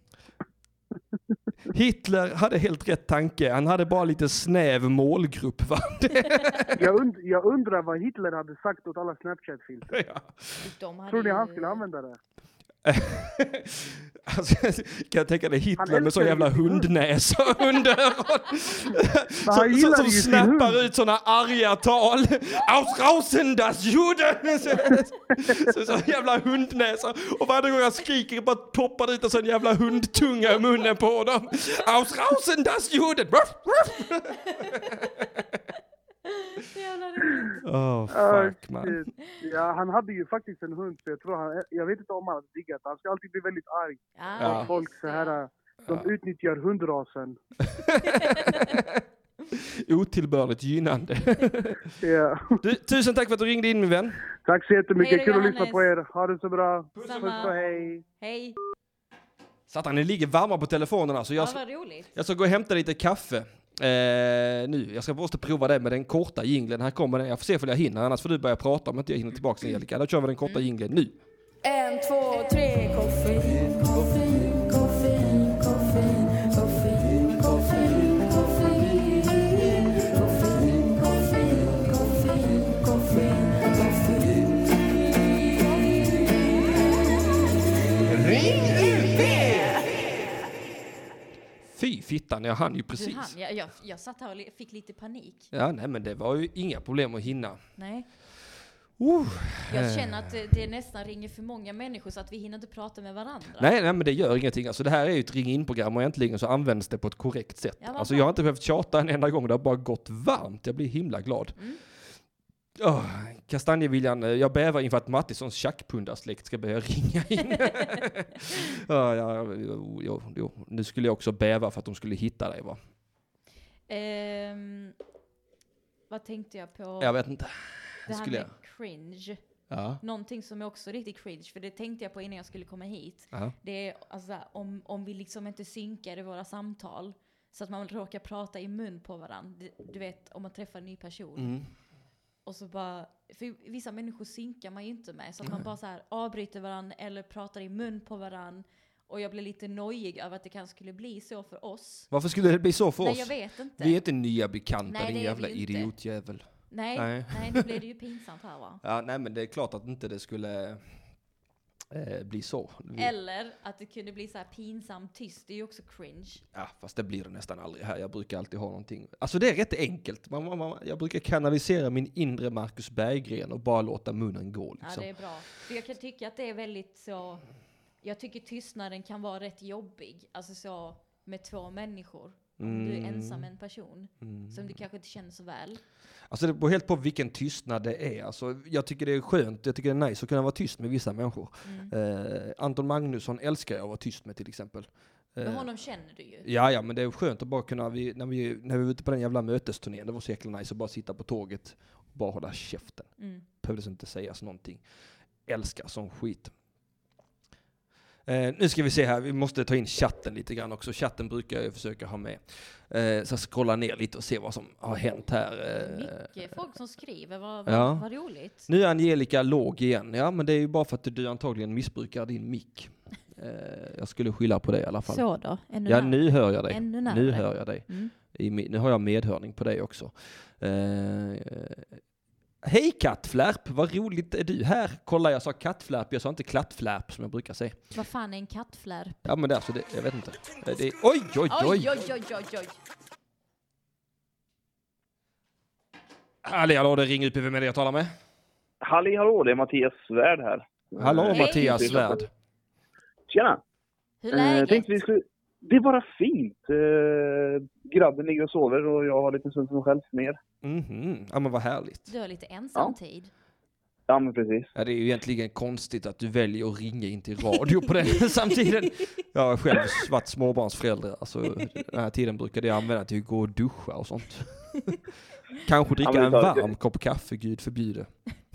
Hitler hade helt rätt tanke, han hade bara lite snäv målgrupp, va? Jag, und jag undrar vad Hitler hade sagt åt alla Snapchat-filter. Ja. De hade Tror ni ju- han skulle använda det? Alltså, kan jag tänka dig Hitler Han med så älskar jävla ju sin hund. hundnäsa under öron. Men han Som, gillar som ju sin snappar hund. ut såna arga tal. Aus rausen das Juden! Så, så jävla hundnäsa. Och varje gång han skriker bara poppar det ut en sån jävla hundtunga i munnen på dem. Aus rausen das Juden! Jävla roligt. Oh Ah, fuck man. shit. Ja, han hade ju faktiskt en hund, så jag tror han, jag vet inte om han hade diggat. Han ska alltid bli väldigt arg. Ja, Ja. Folk just så det. här, de utnyttjar hundrasen. Otillbörligt gynnande. Ja. Du, tusen tack för att du ringde in min vän. Tack så jättemycket, Hej då, kul att lyssna Johannes. på er. Ha det så bra. Samma. Puss och hej. Hej. Satan, ni ligger varma på telefonen alltså. Jag Ja, ska, vad roligt. jag ska gå och hämta lite kaffe. Eh, nu. Jag ska måste prova det med den korta jinglen. Här kommer den. Jag får se om jag hinner, annars får du börja prata om inte jag hinner tillbaka till Angelica. Då kör vi den korta jinglen nu. En, två, tre, koffein, koffein, koffein, koffein, koffein, koffein, koffein, koffein, koffein, koffein, koffein, koffein. Ring U P! Fy fittan, jag hann ju precis. Du hann, jag, jag, jag satt här och li- fick lite panik. Ja, nej men det var ju inga problem att hinna. Nej. Uh, Jag känner att det, det nästan ringer för många människor så att vi hinner inte prata med varandra. Nej, nej, men det gör ingenting. Alltså det här är ju ett ring-in-program och äntligen så används det på ett korrekt sätt. Ja, alltså jag har inte behövt tjata en enda gång, det har bara gått varmt. Jag blir himla glad. Mm. Oh, Kastanjeviljan, jag bävar inför att Mattissons tjackpundarsläkt ska börja ringa in. ja, ja, jo, jo, jo. Nu skulle jag också bäva för att de skulle hitta dig, va? Um, vad tänkte jag på? Jag vet inte. Det här skulle med jag. cringe. Ja. Någonting som är också riktigt cringe, för det tänkte jag på innan jag skulle komma hit. Ja. Det är alltså, om, om vi liksom inte synkar i våra samtal så att man råkar prata i mun på varandra. Du, du vet, om man träffar en ny person. Mm. Och så bara, för vissa människor synkar man ju inte med. Så att man bara så här avbryter varandra eller pratar i mun på varandra. Och jag blir lite nojig över att det kanske skulle bli så för oss. Varför skulle det bli så för Nej, oss? jag vet inte. Vi är inte nya bekanta, Nej, din det är jävla vi inte. idiotjävel. Nej, Nej. nej, nu blir det ju pinsamt här, va? Ja, nej men det är klart att inte det skulle eh, bli så. Vi, Eller att det kunde bli så här pinsamt tyst, det är ju också cringe. ja, fast det blir det nästan aldrig här. Jag brukar alltid ha någonting. Alltså det är rätt enkelt. Man, man, man, jag brukar kanalisera min inre Marcus Berggren och bara låta munnen gå. Ja, Liksom. det är bra. För jag kan tycka att det är väldigt så... Jag tycker tystnaden kan vara rätt jobbig. Alltså så med två människor. Om Mm. du är ensam med en person Mm. som du kanske inte känner så väl. Alltså det beror helt på vilken tystnad det är. Alltså, jag tycker det är skönt, jag tycker det är nice att kunna vara tyst med vissa människor. Mm. Eh, Anton Magnusson älskar jag att vara tyst med till exempel. Men Eh, honom känner du ju. Ja, ja, men det är skönt att bara kunna, vi, när, vi, när vi var ute på den jävla mötesturnén, det var så jäkla nice att bara sitta på tåget och bara hålla käften. Mm. Behövdes inte sägas någonting. Älskar sån skit. Eh, nu ska vi se här, vi måste ta in chatten lite grann också. Chatten brukar jag försöka ha med. Eh, så jag scrollar ner lite och se vad som har hänt här. Eh, Mycket folk som skriver, vad, vad, ja. vad roligt. Nu är Angelica låg igen. Ja, men det är ju bara för att du antagligen missbrukar din mick. Eh, jag skulle skylla på det i alla fall. Så då? Ännu Ja, närmare. nu hör jag dig. Ännu närmare. Nu hör jag dig. Mm. I, mi- nu har jag medhörning på dig också. Eh, Hej kattflärp, vad roligt är du här? Kolla, jag sa kattflärp, jag sa inte klattflärp som jag brukar säga. Vad fan är en kattflärp? Ja, men det är alltså det, jag vet inte. Det är, oj, oj, oj! Oj, oj, oj, oj, oj. Halli, hallå, det ringer ut. Vem är det jag talar med? Halli hallå, det är Mattias Svärd här. Hallå, Hej. Mattias Svärd. Tjena! Hur är Eh, läget? tänkte vi skulle... Det är bara fint. Eh, grabben ligger och sover och jag har lite stund för mig själv mer. Mhm, ja men vad härligt. Du har lite ensamtid. Ja, men precis. Ja, det är ju egentligen konstigt att du väljer att ringa in till radio på den samtidigt. Jag har själv varit småbarnsförälder. Alltså, den här tiden brukade jag använda till att gå och duscha och sånt. Kanske dricka Ja, men en det tar- varm kopp kaffe, gud förbjude.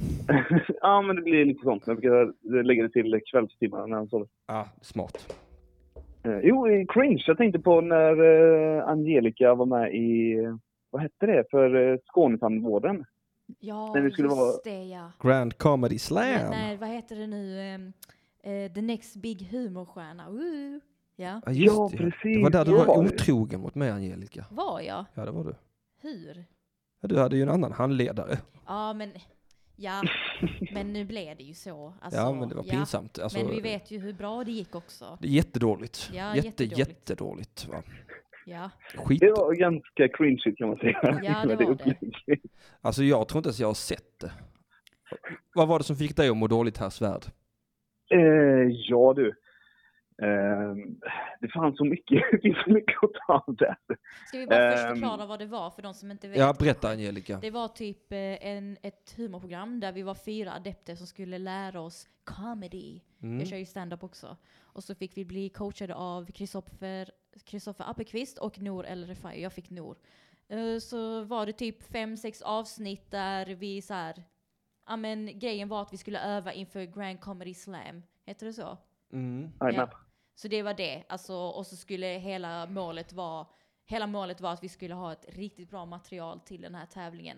Ja, men det blir lite sånt. Jag brukar lägga det till kvällstimmarna när han sover. Ja, smart. Eh, jo, i cringe. Jag tänkte på när eh, Angelica var med i... Vad hette det? För eh, Skånetandvården. Ja, Men det skulle just vara- det, ja. Grand Comedy Slam. Nej, nej, vad heter det nu? Um, uh, the next big humorstjärna. Uh, ja, Ja, just Ja, det. precis. Det var där du Ja. var otrogen mot mig, Angelica. var jag? Ja, det var du. Hur? Ja, du hade ju en annan handledare. Ja, men... Ja, men nu blev det ju så. Alltså, Ja, men det var ja. pinsamt. Alltså, Men vi vet ju hur bra det gick också. Det är jättedåligt. Ja, Jätte, jättedåligt. jättedåligt. Va? Ja, Skit. Det var ganska cringe kan man säga. Ja, det Men var är upplägg. Alltså jag tror inte ens jag har sett det. Vad var det som fick dig att må dåligt här, Svärd? Eh, ja du. Eh, det fanns så mycket. Det finns så mycket att ta av där. ska vi bara först Ehm. förklara vad det var för de som inte vet? Ja, berätta Angelica. Det var typ eh, en, ett humorprogram där vi var fyra adepter som skulle lära oss comedy. Mm. Jag kör ju stand-up också. Och så fick vi bli coachade av Kristoffer Kristoffer Appelqvist och Nour El Refai. Jag fick Nour. Eh, Så var det typ fem, sex avsnitt där vi så här... Ja, men grejen var att vi skulle öva inför Grand Comedy Slam. Heter det så? Mm. Jajamän. Så det var det. Alltså, och så skulle hela målet vara... Hela målet var att vi skulle ha ett riktigt bra material till den här tävlingen.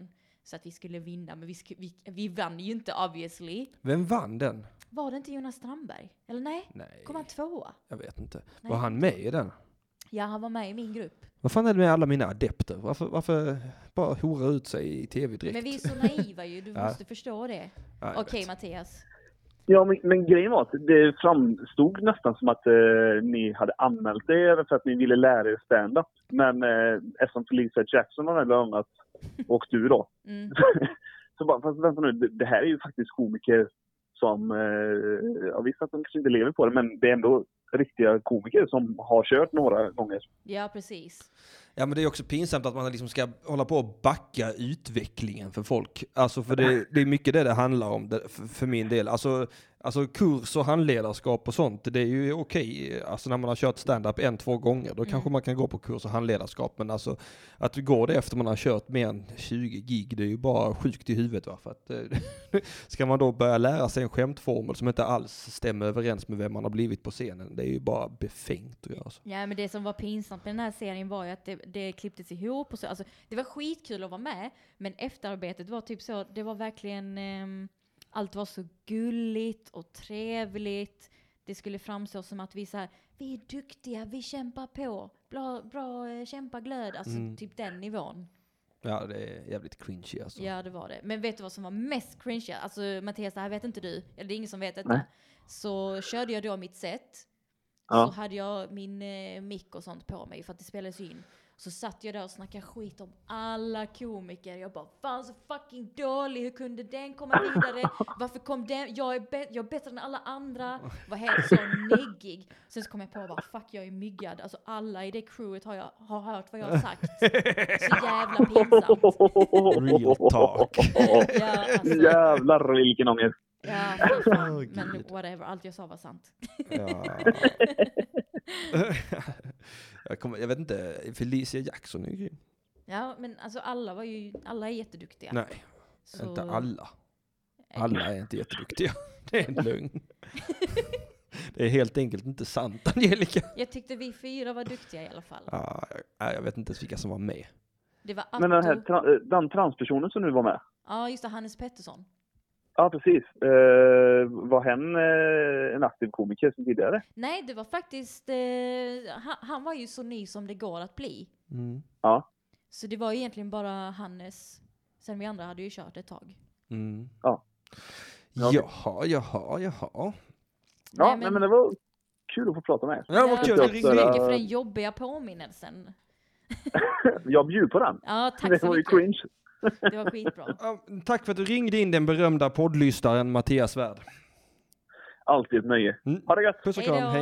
så att vi skulle vinna. Men vi, sk- vi, vi vann ju inte obviously. Vem vann den? Var det inte Jonas Strandberg? Eller nej? Nej. Kom han tvåa? Jag vet inte. Nej. Var han med i den? Ja, han var med i min grupp. Vad fan är det med alla mina adepter? Varför, varför bara hora ut sig i tv direkt? Men vi är så naiva ju, du Ja. måste förstå det. Ja, jag Okej, vet. Mattias. Ja, men, men grejen var att det framstod nästan som att eh, ni hade anmält er för att ni ville lära er stand-up. Men eh, eftersom Felicia Jackson var med bland annat, och du då. Mm. Så bara, fast vänta nu, det, det här är ju faktiskt komiker som, eh, jag visste att de kanske inte lever på det, men det är ändå riktiga komiker som har kört några gånger. Ja, precis. Ja, men det är också pinsamt att man liksom ska hålla på och backa utvecklingen för folk. Alltså för det, det är mycket det det handlar om det, för, för min del. Alltså, alltså kurs och handledarskap och sånt, det är ju okej. Alltså när man har kört stand-up en, två gånger, då Mm. kanske man kan gå på kurs och handledarskap. Men alltså att gå det efter man har kört mer än tjugo gig, det är ju bara sjukt i huvudet. Va? För att, eh, ska man då börja lära sig en skämtformel som inte alls stämmer överens med vem man har blivit på scenen, det är ju bara befängt att göra så. Ja, men det som var pinsamt med den här serien var ju att det, det klipptes ihop och så. Alltså, det var skitkul att vara med, men efterarbetet var typ så, det var verkligen, ehm, allt var så gulligt och trevligt. Det skulle framstå som att vi så här, vi är duktiga, vi kämpar på, bra, bra eh, kämpaglöd, alltså Mm. typ den nivån. Ja, det är jävligt cringy alltså. Ja, det var det. Men vet du vad som var mest cringe? Alltså Mattias, det här vet inte du, eller det är ingen som vet detta. Nej. Så körde jag då mitt set. Ja. Så hade jag min eh, mick och sånt på mig för att det spelades in. Så satt jag där och snackade skit om alla komiker. Jag bara, fan så fucking dålig, hur kunde den komma vidare? Varför kom den? Jag är, be- jag är bättre än alla andra. Var helt så neggig. Sen så kom jag på bara, fuck jag är myggad. Alltså alla i det crewet har, jag, har hört vad jag har sagt. Så jävla pinsamt. Real talk. Ja, alltså, Jävlar vilken ångest. ja, fy fan. Åh, Men Gud. whatever, allt jag sa var sant. Ja. jag, kommer, jag vet inte, Felicia Jackson är ju grym. Ja, men alltså alla var ju, alla är jätteduktiga. Nej, Så- inte alla. Alla är inte jätteduktiga. Det är en lögn. Det är helt enkelt inte sant, Angelica. Jag tyckte vi fyra var duktiga i alla fall. Ja, jag, jag vet inte ens vilka som var med. Det var Atto. Men den här tra- den transpersonen som nu var med. Ja, just det, Hannes Pettersson. Ja, precis. Eh, var hen eh, en aktiv komiker som tidigare? Nej, det var faktiskt, eh, han, han var ju så ny som det går att bli. Mm. Ja. Så det var egentligen bara Hannes. Sen vi andra hade ju kört ett tag. Mm. Ja. Ja. Jaha, jaha, jaha. Ja, Nej, nej, men- men det var kul att få prata med er. Ja, vad kul. tack Det så ringde in. mycket för den jobbiga påminnelsen. Jag bjuder på den. Ja, tack Det så var ju mycket. cringe. Det var skitbra. Ja, tack för att du ringde in den berömda poddlyssnaren Mattias Svärd. Alltid ett nöje. Mm. Ha det gött. Puss och Hej kram, då. hej.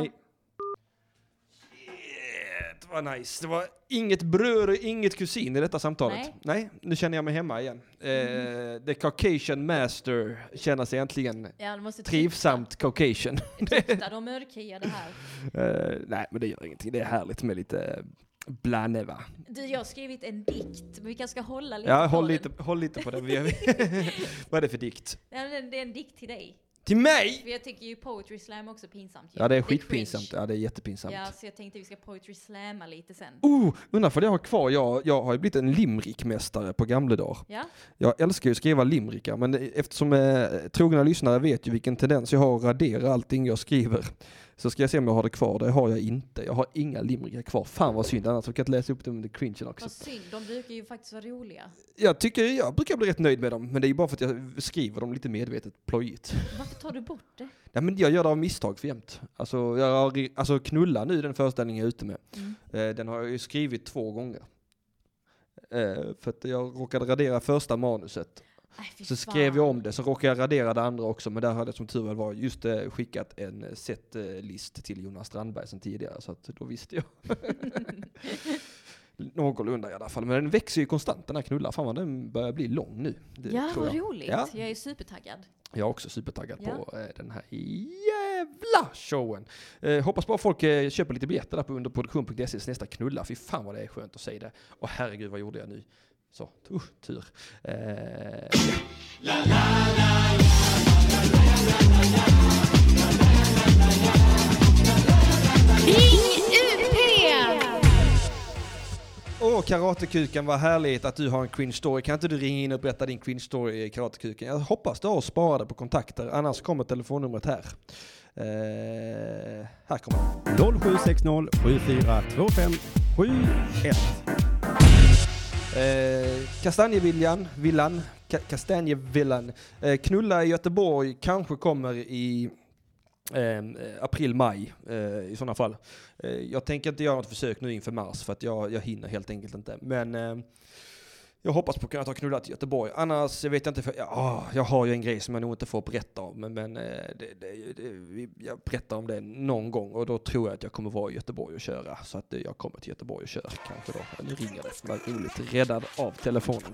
Yeah, det var nice. Det var inget bröd och inget kusin i detta samtalet. Nej. Nej, nu känner jag mig hemma igen. Eh, the Caucasian Master känner sig äntligen Ja, du måste trivsamt Caucasian. tukta de mörkhyade här. Eh, nej, men det gör ingenting. Det är härligt med lite blande, va? Du, jag har skrivit en dikt, men vi kanske ska hålla lite Ja, på håll den. lite, håll lite på det. Vi har- Vad är det för dikt? Ja, det det är en dikt till dig. Till mig? För jag tycker ju poetry slam också är pinsamt. ju. Ja, det är cringe. skitpinsamt. Ja, det är jättepinsamt. Ja, så jag tänkte vi ska poetry slamma lite sen. Oh, undrar för det jag har kvar. Jag, jag har ju blivit en limerickmästare på gamla dagar. Ja, Jag älskar ju att skriva limerickar, men eftersom eh, trogna lyssnare vet ju vilken tendens jag har att radera allting jag skriver, så ska jag se om jag har det kvar. Det har jag inte. Jag har inga limerickar kvar. Fan vad synd, annars så kan jag läsa upp dem under cringen också. vad synd. De brukar ju faktiskt vara roliga. Jag tycker, jag brukar bli rätt nöjd med dem, men det är ju bara för att jag skriver dem lite medvetet plojigt. Varför tar du bort det? Nej, men jag gör det av misstag för jämt. Alltså, jag har, alltså Knulla nu, den föreställningen jag är ute med, Mm. eh, den har jag ju skrivit två gånger. Eh, för att jag råkade radera första manuset. Aj, fy Så fan. skrev jag om det, så råkade jag radera det andra också, men där hade jag som tur väl var just eh, skickat en eh, set-list till Jonas Strandberg sen tidigare, så att då visste jag. Någorlunda i alla fall, men den växer ju konstant, den här Knulla. Fan vad den börjar bli lång nu. Det Ja, tror vad jag. roligt. Ja. Jag är supertaggad. Jag är också supertaggad Ja. på eh, den här jävla showen. Eh, hoppas bara folk eh, köper lite biljetter där på underproduktion punkt se nästa Knulla. Fy fan vad det är skönt att säga det. Och herregud, vad gjorde jag nu? Så, uh, tur. Eh, ja. Karatekuken, vad härligt att du har en cringe story. Kan inte du ringa in och berätta din cringe story i Karatekuken? Jag hoppas du har sparat på kontakter, annars kommer telefonnumret här. Eh, här kommer det. noll sju sex noll sju fyra två fem sju ett. Eh, Kastanjevillan, villan, ka- Kastanjevillan. Eh, knulla i Göteborg kanske kommer i eh, april, maj eh, i sådana fall. Eh, jag tänker inte göra något försök nu inför mars för att jag, jag hinner helt enkelt inte. Men eh, jag hoppas på att kunna ta knullat i Göteborg. Annars vet jag inte, för, ja, jag har ju en grej som jag nog inte får berätta om. Men, men det, det, det, jag berättar om det någon gång och då tror jag att jag kommer vara i Göteborg och köra. Så att jag kommer till Göteborg och kör kanske då. Nu ringer det, vad roligt. Räddad av telefonen.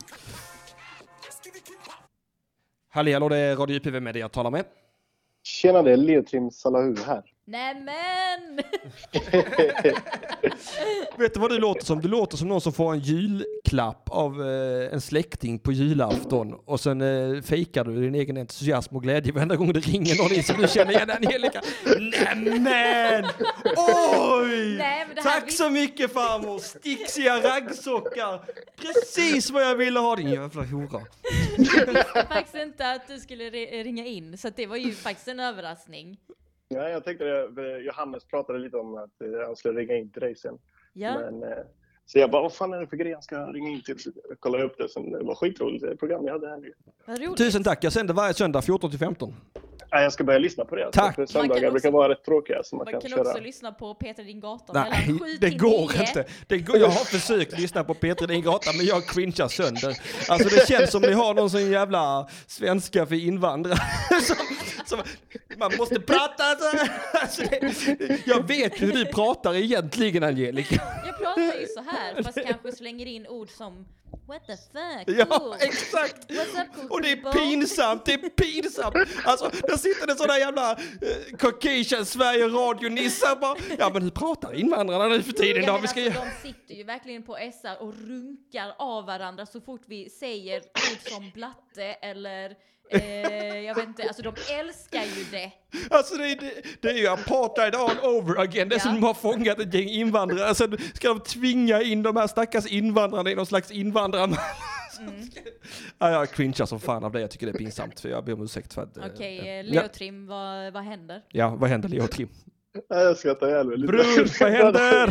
Halli hallå, det är Radio U P V med det jag talar med. Tjena, det är Leotrim Salahu här. Nämen! Vet du vad du låter som? Du låter som någon som får en julklapp av eh, en släkting på julafton och sen eh, fejkar du din egen entusiasm och glädje varenda gång det ringer någon in som du känner igen Angelica. Nämen! Oj! Nej, men det här Tack vi... så mycket farmor! Sticksiga raggsockar! Precis vad jag ville ha, din jävla hora. Jag visste faktiskt inte att du skulle ringa in, så att det var ju faktiskt en överraskning. Ja, jag tänkte det, Johannes pratade lite om att han skulle ringa in till dig sen. Ja. Men, så jag bara, vad fan är det för grej han ska ringa in till? Jag kollade upp det, sen det var skitroligt det program jag hade här nu. Vad roligt. Tusen tack, jag sänder varje söndag fjorton till femton. Ja, jag ska börja lyssna på det. Tack. För söndagar också, brukar vara rätt tråkiga. Så man, man kan, kan köra. också lyssna på Peter din gata Nej, mellan sju det till går nio. inte. Det går, jag har försökt lyssna på Peter din gata, men jag cringear sönder. Alltså det känns som ni har någon sån jävla svenska för invandrare. som, som, man måste prata så här. Alltså det, jag vet hur du pratar egentligen, Angelica. Jag pratar ju så här, fast kanske slänger in ord som what the fuck, Ja, cool. exakt. What's up, cool Och det är people? pinsamt, det är pinsamt. Alltså, där sitter det sådana jävla eh, Caucasian Sverige Radio-nissar bara. Ja, men hur pratar invandrarna nu för tiden Ja, då? men Vi ska alltså, ju... de sitter ju verkligen på S R och runkar av varandra så fort vi säger ord som blatte eller eh, jag vet inte, alltså de älskar ju det. Alltså det är, det, det är ju apartheid all over again. Det är Ja. som de har fångat ett gäng invandrare. Alltså ska de tvinga in de här stackars invandrarna i någon slags invandrare. Mm. Ja, jag cringear som fan av det. Jag tycker det är pinsamt. För jag ber om ursäkt för att... Okej, okay, eh, eh, Leotrim, ja. vad, vad händer? Ja, vad händer Leotrim? Jag skrattar ihjäl mig lite. Bror, vad händer?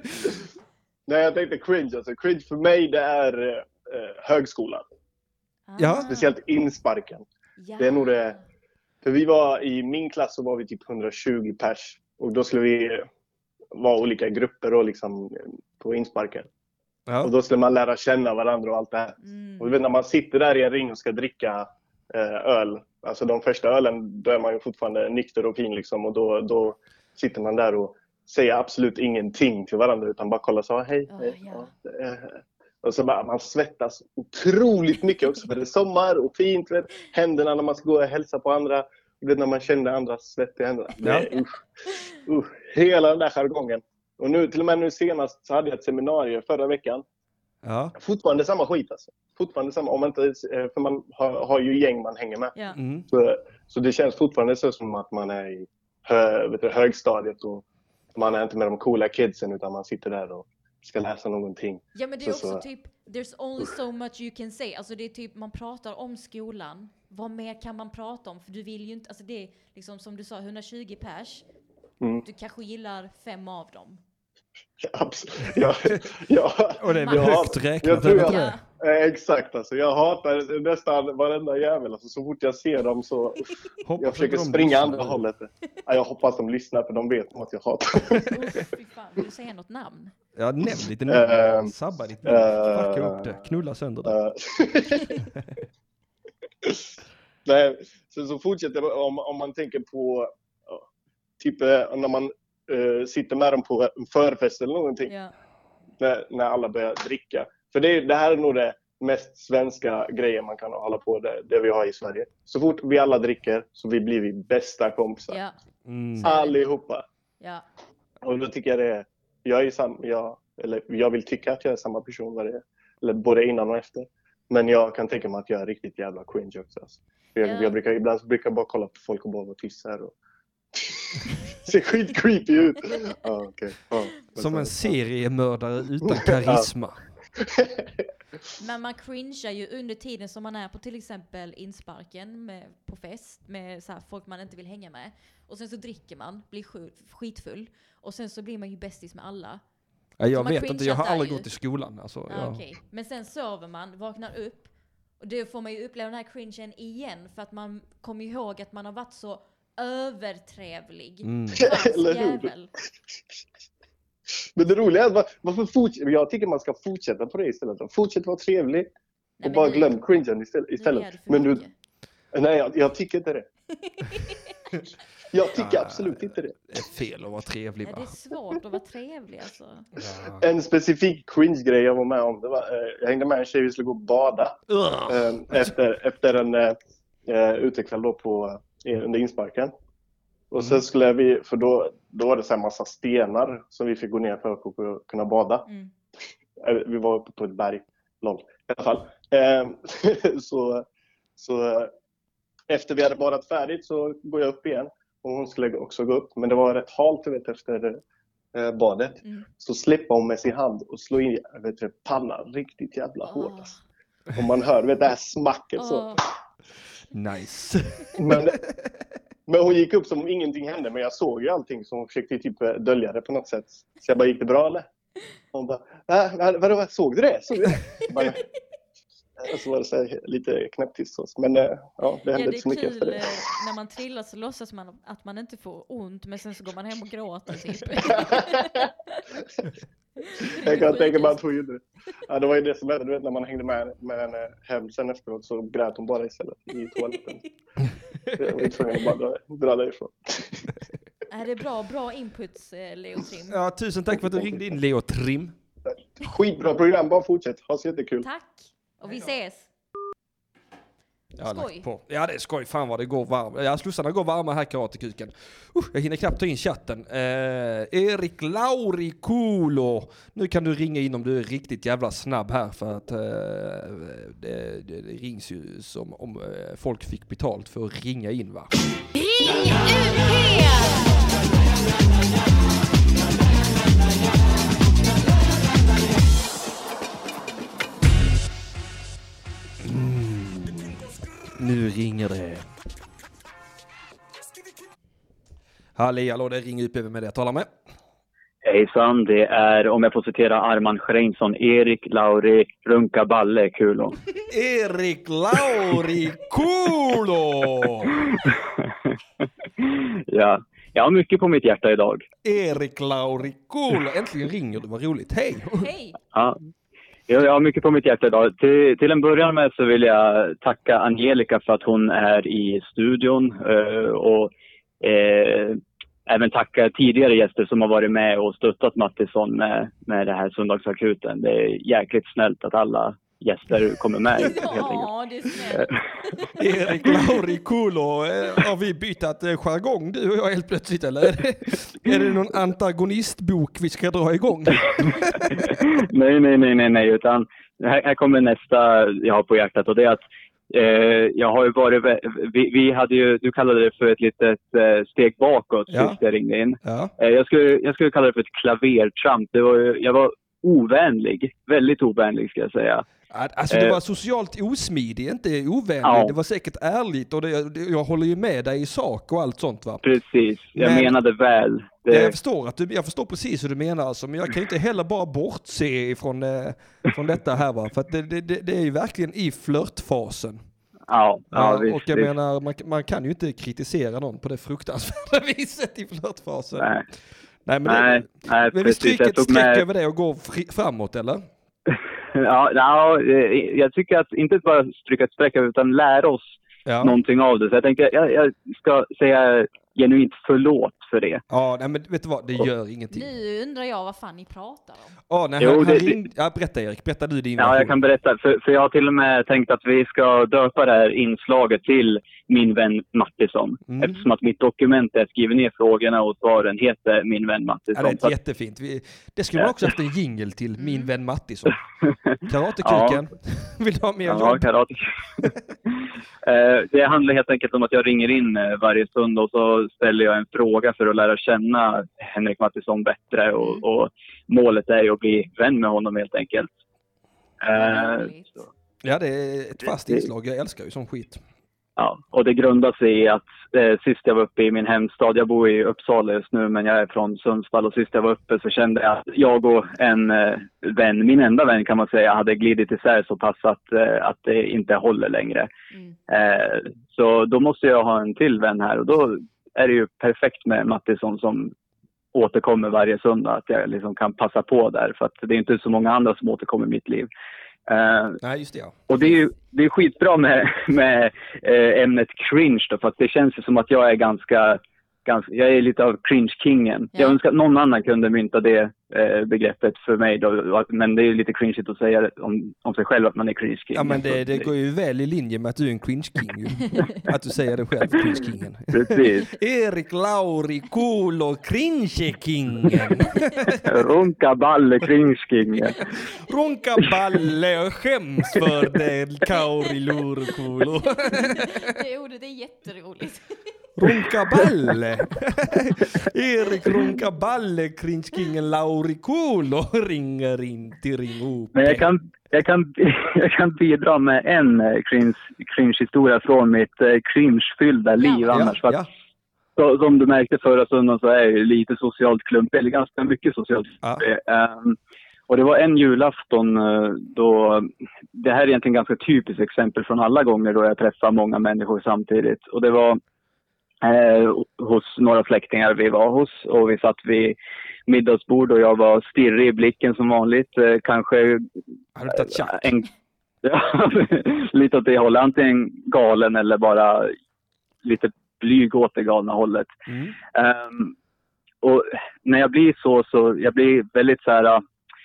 Nej, jag tänkte cringe. Alltså, cringe för mig det är eh, högskolan. Ja. Speciellt insparken. Ja. Det är nog det. För vi var i min klass så var vi typ hundratjugo pers. Och då skulle vi vara olika grupper och liksom på insparken. Ja. Och då skulle man lära känna varandra och allt det här. Mm. Och du vet när man sitter där i en ring och ska dricka eh, öl. Alltså de första ölen, då är man ju fortfarande nykter och fin liksom. Och då, då sitter man där och säger absolut ingenting till varandra. Utan bara kollar så, hej, Oh, hej. ja. Ja, eh. Och så bara, man svettas otroligt mycket också. För det är sommar och fint. Vet, händerna när man ska gå och hälsa på andra. Vet, när man känner andras svett i händerna. Det är, usch, usch, hela den där jargongen. Och nu, till och med nu senast så hade jag ett seminarium förra veckan. Ja. Fortfarande samma skit alltså. Fortfarande samma, om man inte, för man har, har ju gäng man hänger med. Ja. Mm. Så, så det känns fortfarande så som att man är i hö, vet du, högstadiet och man är inte med de coola kidsen utan man sitter där och ska läsa någonting. Ja, men det är så, också så. typ there's only so much you can say. Alltså det är typ man pratar om skolan. Vad mer kan man prata om? För du vill ju inte, alltså det är liksom som du sa hundratjugo pers. Mm. Du kanske gillar fem av dem. Absolut. Ja, ja. Och det är väl Ja, högt räknat. jag tror jag, eller? Ja. eh, exakt alltså. Jag hatar nästan varenda jävel. Alltså, så fort jag ser dem så Hoppas jag försöker att de springa lyssnar. andra hållet. Ja, jag hoppas de lyssnar för de vet om att jag hatar. Uff, fy fan. Vill du säga något namn? Ja, nämn lite nu. Eh, Sabba ditt liv. eh, Fucka upp det. Knulla sönder det. Eh, Nej, så, så fortsätter jag om, om man tänker på ja, typ eh, när man eh, sitter med dem på en förfest eller någonting. Ja. När, när alla börjar dricka. För det, det här är nog det mest svenska grejen man kan hålla på det, det vi har i Sverige. Så fort vi alla dricker så vi blir vi bästa kompisar. Ja. Mm. Allihopa. Ja. Och då tycker jag det är, jag är sam, jag, eller jag vill tycka att jag är samma person vad det är. Eller både innan och efter. Men jag kan tänka mig att jag är riktigt jävla cringe också. Alltså. Jag, Ja. jag brukar ibland brukar jag bara kolla på folk och bara vara tyst här och ser skit creepy ut. Ja, okay. Ja, Som en så- seriemördare utan karisma. Men man cringear ju under tiden som man är på till exempel insparken med, på fest med så här, folk man inte vill hänga med. Och sen så dricker man, blir skitfull. Och sen så blir man ju bästis med alla. Ja, jag vet inte, jag har aldrig ju. gått i skolan. Alltså, ah, ja. okay. Men sen sover man, vaknar upp. Och då får man ju uppleva den här cringen igen. För att man kommer ihåg att man har varit så övertrevlig. Mm. Jävel. Men det roliga är, varför fortsätta? Jag tycker man ska fortsätta på det istället. Fortsätt vara trevlig. Och nej, bara nu, glöm cringen istället. istället. Men du, nej, jag, jag tycker inte det. Jag tycker ah, absolut inte det. Det är fel att vara trevlig. Ja, det är svårt att vara trevlig alltså. Ja. En specifik cringe-grej jag var med om. Det var, eh, jag hängde med en tjej, vi skulle gå och bada. Eh, efter, efter en eh, utekväll då på, eh, under insparken. Och sen skulle vi, för då, då var det så här massa stenar som vi fick gå ner för att kunna bada. Mm. Vi var uppe på ett berg, långt i alla fall. Eh, så, så efter vi hade badat färdigt så går jag upp igen. Och hon skulle också gå upp, men det var rätt halt vet, efter eh, badet. Mm. Så släpper hon med sin hand och slår in vet, pannan riktigt jävla oh. hårt. Alltså. Och man hör vet, det här smacket oh. så. Nice. Men, men hon gick upp som om ingenting hände, men jag såg ju allting så hon försökte typ dölja det på något sätt. Så jag bara, gick det bra eller? Hon bara, äh, vadå, såg du det? Såg du det? Bara, så var det så här, lite knäpptyst. Men ja, det hände ja, det inte så mycket efter det. När man trillar så låtsas man att man inte får ont, men sen så går man hem och gråter typ. Jag kan tänka mig att hon gjorde det. Ja, det var ju det som hände, du vet, när man hängde med, med henne hem sen efteråt så grät hon bara istället i toaletten. Jag var tvungen att bara dra, dra därifrån. Är det bra, bra inputs, Leo Trim? Ja, tusen tack för att du ringde in, Leo Trim. Skitbra program, bara fortsätt. Ha så jättekul. Tack. Och vi ses. Jag skoj. På. Ja, det är skoj. Fan vad det går varmt. Ja, slussarna går varma här, karatekuken. Uh, jag hinner knappt ta in chatten. Eh, Erik Lauri Kulo. Nu kan du ringa in om du är riktigt jävla snabb här. För att eh, det, det, det rings ju som om eh, folk fick betalt för att ringa in, va? Ring U P! Nu ringer det. Halli, hallå, det ringer upp över med det jag talar med. Hejsan, det är, om jag får citera Arman Schreinsson, Erik Lauri Runka Balle Kulo. Erik Lauri Kulo! Ja, jag har mycket på mitt hjärta idag. Erik Lauri Kulo, äntligen ringer du, vad roligt. Hej! Hej! Ja. Jag har mycket på mitt hjärta idag. Till, till en början med så vill jag tacka Angelica för att hon är i studion. Eh, och eh, även tacka tidigare gäster som har varit med och stöttat Mattisson med, med det här söndagsakuten. Det är jäkligt snällt att alla gäster kommer med. Ja, det är snällt. Erik Lauri Kulo, har vi bytt jargong du och jag helt plötsligt, eller? Är det, är det någon antagonistbok vi ska dra igång? nej, nej, nej, nej, nej, utan här, här kommer nästa jag har på hjärtat, och det är att eh, jag har ju varit, vi, vi hade ju, du kallade det för ett litet eh, steg bakåt, ja. Sist jag ringde in. Ja. Eh, jag, skulle, jag skulle kalla det för ett klavertramp. Det var ju, jag var ovänlig, väldigt ovänlig ska jag säga. Alltså det var socialt osmidig, inte ovänlig. Ja. Det var säkert ärligt och det, det, jag håller ju med dig i sak och allt sånt, va? Precis, jag men, menade väl. Det... Jag, förstår att du, jag förstår precis hur du menar, alltså, men jag kan ju inte heller bara bortse ifrån, eh, från detta här, va? För att det, det, det är ju verkligen i flörtfasen. Ja, ja, ja visst, och jag visst. menar, man, man kan ju inte kritisera någon på det fruktansvärda viset i flörtfasen. Nej, nej men, nej, det, nej men vi stryker ett streck med... över det och går fri, framåt, eller? Ja, ja, jag tycker att inte bara stryka ett streck utan lära oss ja. någonting av det. Så jag tänkte jag, jag ska säga genuint förlåt för det. Ja, nej, men vet du vad, det gör ingenting. Nu undrar jag vad fan ni pratar om. Ja, nej, jo, han, det, han ring... ja, berätta Erik, berätta du din Ja, version. Jag kan berätta, för, för jag har till och med tänkt att vi ska döpa det här inslaget till min vän Mattisson. Mm. Eftersom att mitt dokument är skriver ner frågorna och svaren heter min vän Mattisson. Ja, det är jättefint. Vi, det skulle man också haft en jingle till, min vän Mattisson. Karatekyken. Ja. Vill du ha mer ja, jobb? Karate. Det handlar helt enkelt om att jag ringer in varje stund och så ställer jag en fråga för att lära känna Henrik Mattisson bättre och, och målet är ju att bli vän med honom helt enkelt. Eh, så. Ja, det är ett fast inslag. Jag älskar ju sån skit. Ja, och det grundar sig i att eh, sist jag var uppe i min hemstad, jag bor i Uppsala just nu men jag är från Sundsvall, och sist jag var uppe så kände jag att jag och en eh, vän, min enda vän kan man säga, hade glidit isär så pass att, eh, att det inte håller längre. Mm. Eh, så då måste jag ha en till vän här, och då är det ju perfekt med Mattisson som återkommer varje söndag, att jag liksom kan passa på där, för att det är inte så många andra som återkommer i mitt liv. Uh, Nej, just det, ja. Och det är ju det är skitbra med, med äh, ämnet cringe då, för att det känns ju som att jag är ganska, ganska jag är lite av cringe-kingen. Ja. Jag önskar att någon annan kunde mynta det äh, begreppet för mig då, men det är ju lite cringeigt att säga om, om sig själv att man är cringe-king. Ja, men det, det går ju väl i linje med att du är en cringe-king. Att du säger det själv, cringe-kingen. Precis. Erik Lauri Kuulo, cringe-kingen. Runka balle, cringe-kingen. Runka balle och skäms för det, Kauri Lauri Kuulo. Det ordet är jätteroligt. Runka balle. Erik Runka balle, cringe-kingen Lauri Kuulo ringer in till Ring Ope. Men jag kan, jag kan, jag kan bidra med en cringe, cringe-historia från mitt eh, cringe-fyllda liv ja, annars. Ja, för att, ja. så, som du märkte förra söndagen så är jag ju lite socialt klumpig, eller ganska mycket socialt klumpig. Ja. Um, och det var en julafton då, det här är egentligen ganska typiskt exempel från alla gånger då jag träffar många människor samtidigt. Och det var Eh, hos några släktingar vi var hos, och vi satt vid middagsbord och jag var stirrig i blicken som vanligt. Eh, kanske Har du tagit chatt? En, ja, lite åt det hållet, antingen galen eller bara lite blyg åt det galna hållet. Mm. Um, och när jag blir så, så jag blir väldigt så här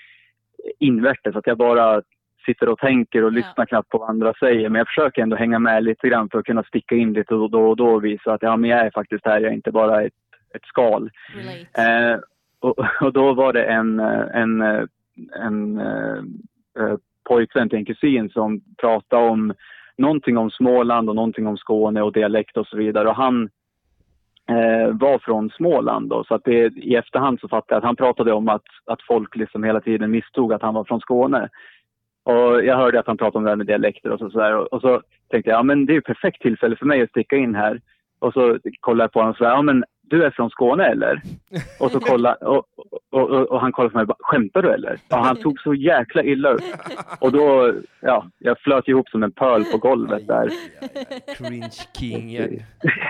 invärtes, att jag bara sitter och tänker och ja. lyssnar knappt på vad andra säger. Men jag försöker ändå hänga med lite grann för att kunna sticka in lite då och då och visa att ja, men jag är faktiskt här, jag är inte bara ett, ett skal. Eh, och, och då var det en, en, en, en eh, pojkvän till en kusin som pratade om någonting om Småland och någonting om Skåne och dialekt och så vidare. Och han eh, var från Småland då, så att det, i efterhand så fattade jag att han pratade om att, att folk liksom hela tiden misstog att han var från Skåne. Och jag hörde att han pratade om det här med dialekter och så, så där. Och, och så tänkte jag, ja men det är ju ett perfekt tillfälle för mig att sticka in här. Och så kollade jag på honom och sa, ja men du är från Skåne eller? Och så kollade, och, och, och, och han kollade på mig och bara, skämtar du eller? Och han tog så jäkla illa upp. Och då, ja, jag flöt ihop som en pöl på golvet där. Cringe-kingen.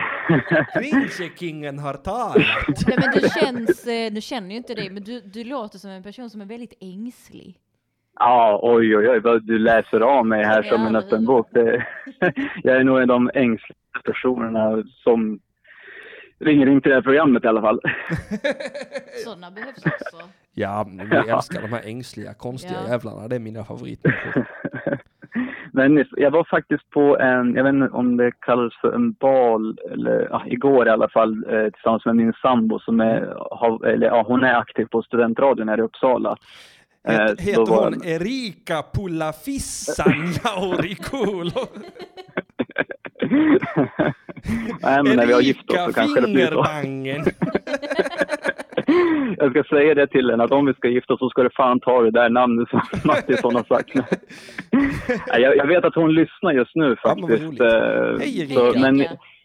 Cringe-kingen har talat. Nej, men du känns, nu känner ju inte det, men du, du låter som en person som är väldigt ängslig. Ja, oj, oj, oj, du läser av mig här som en öppen bok. Det, jag är nog en av de ängsliga personerna som ringer in till det här programmet i alla fall. Sådana behövs också. Ja, men jag älskar de här ängsliga, konstiga ja. jävlarna. Det är mina favoritmänniskor. Men jag var faktiskt på en, jag vet inte om det kallas för en bal, eller ja, igår i alla fall, eh, tillsammans med min sambo som är, har, eller ja, hon är aktiv på studentradion här i Uppsala. Het, heter var... hon Erika Pullafissan Lauri Kuulo? Nej, men när vi har gift oss så kanske det blir så. Jag ska säga det till henne att om vi ska gifta oss så ska det fan ta det där namnet som Mattisson har sagt. jag, jag vet att hon lyssnar just nu faktiskt. Ja, hej Erika! Så, men...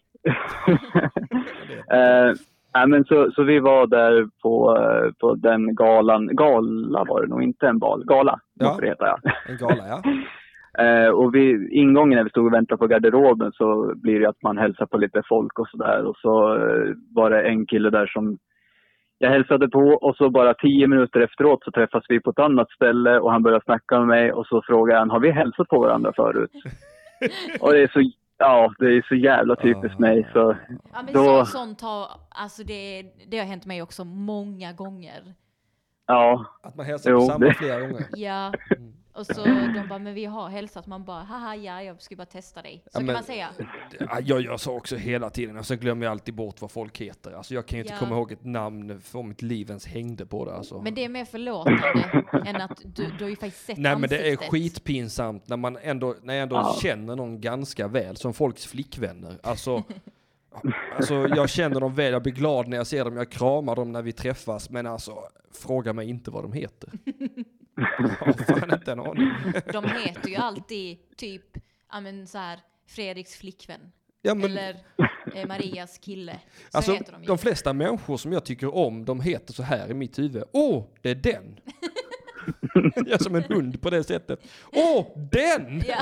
uh, Nej, men så, så vi var där på, på den galan. Gala var det nog, inte en bal. Gala, ja. Det heter jag. En gala, ja. eh, och vid ingången när vi stod och väntade på garderoben så blir det att man hälsar på lite folk och sådär. Och så eh, var det en kille där som jag hälsade på. Och så bara tio minuter efteråt så träffas vi på ett annat ställe. Och han började snacka med mig och så frågade han, har vi hälsat på varandra förut? Och det är så... Ja, det är så jävla typiskt oh, mig. Så ja, men då... så, sånt har, alltså det, det har hänt mig också många gånger. Ja. Att man hälsar på samma det... flera gånger. Ja, och så de bara, men vi har hälsat. Man bara, haha, ja, jag ska bara testa dig. Så ja, kan men, man säga. Jag gör så också hela tiden. Och sen glömmer jag alltid bort vad folk heter. Alltså jag kan ju inte ja. komma ihåg ett namn för mitt liv ens hängde på det. Alltså. Men det är mer förlåtande än att du, du har ju faktiskt sett Nej, ansiktet. men det är skitpinsamt när man ändå, när jag ändå ja. känner någon ganska väl. Som folks flickvänner. Alltså... Alltså jag känner dem väl, jag blir glad när jag ser dem, jag kramar dem när vi träffas, men alltså fråga mig inte vad de heter. Ja, fan inte en aning. De heter ju alltid typ, ja men så här, Fredriks flickvän. Ja, men... Eller eh, Marias kille. Så alltså, heter de ju. De flesta människor som jag tycker om, de heter så här i mitt huvud. Åh, det är den. Jag är som en hund på det sättet. Åh, den! Ja.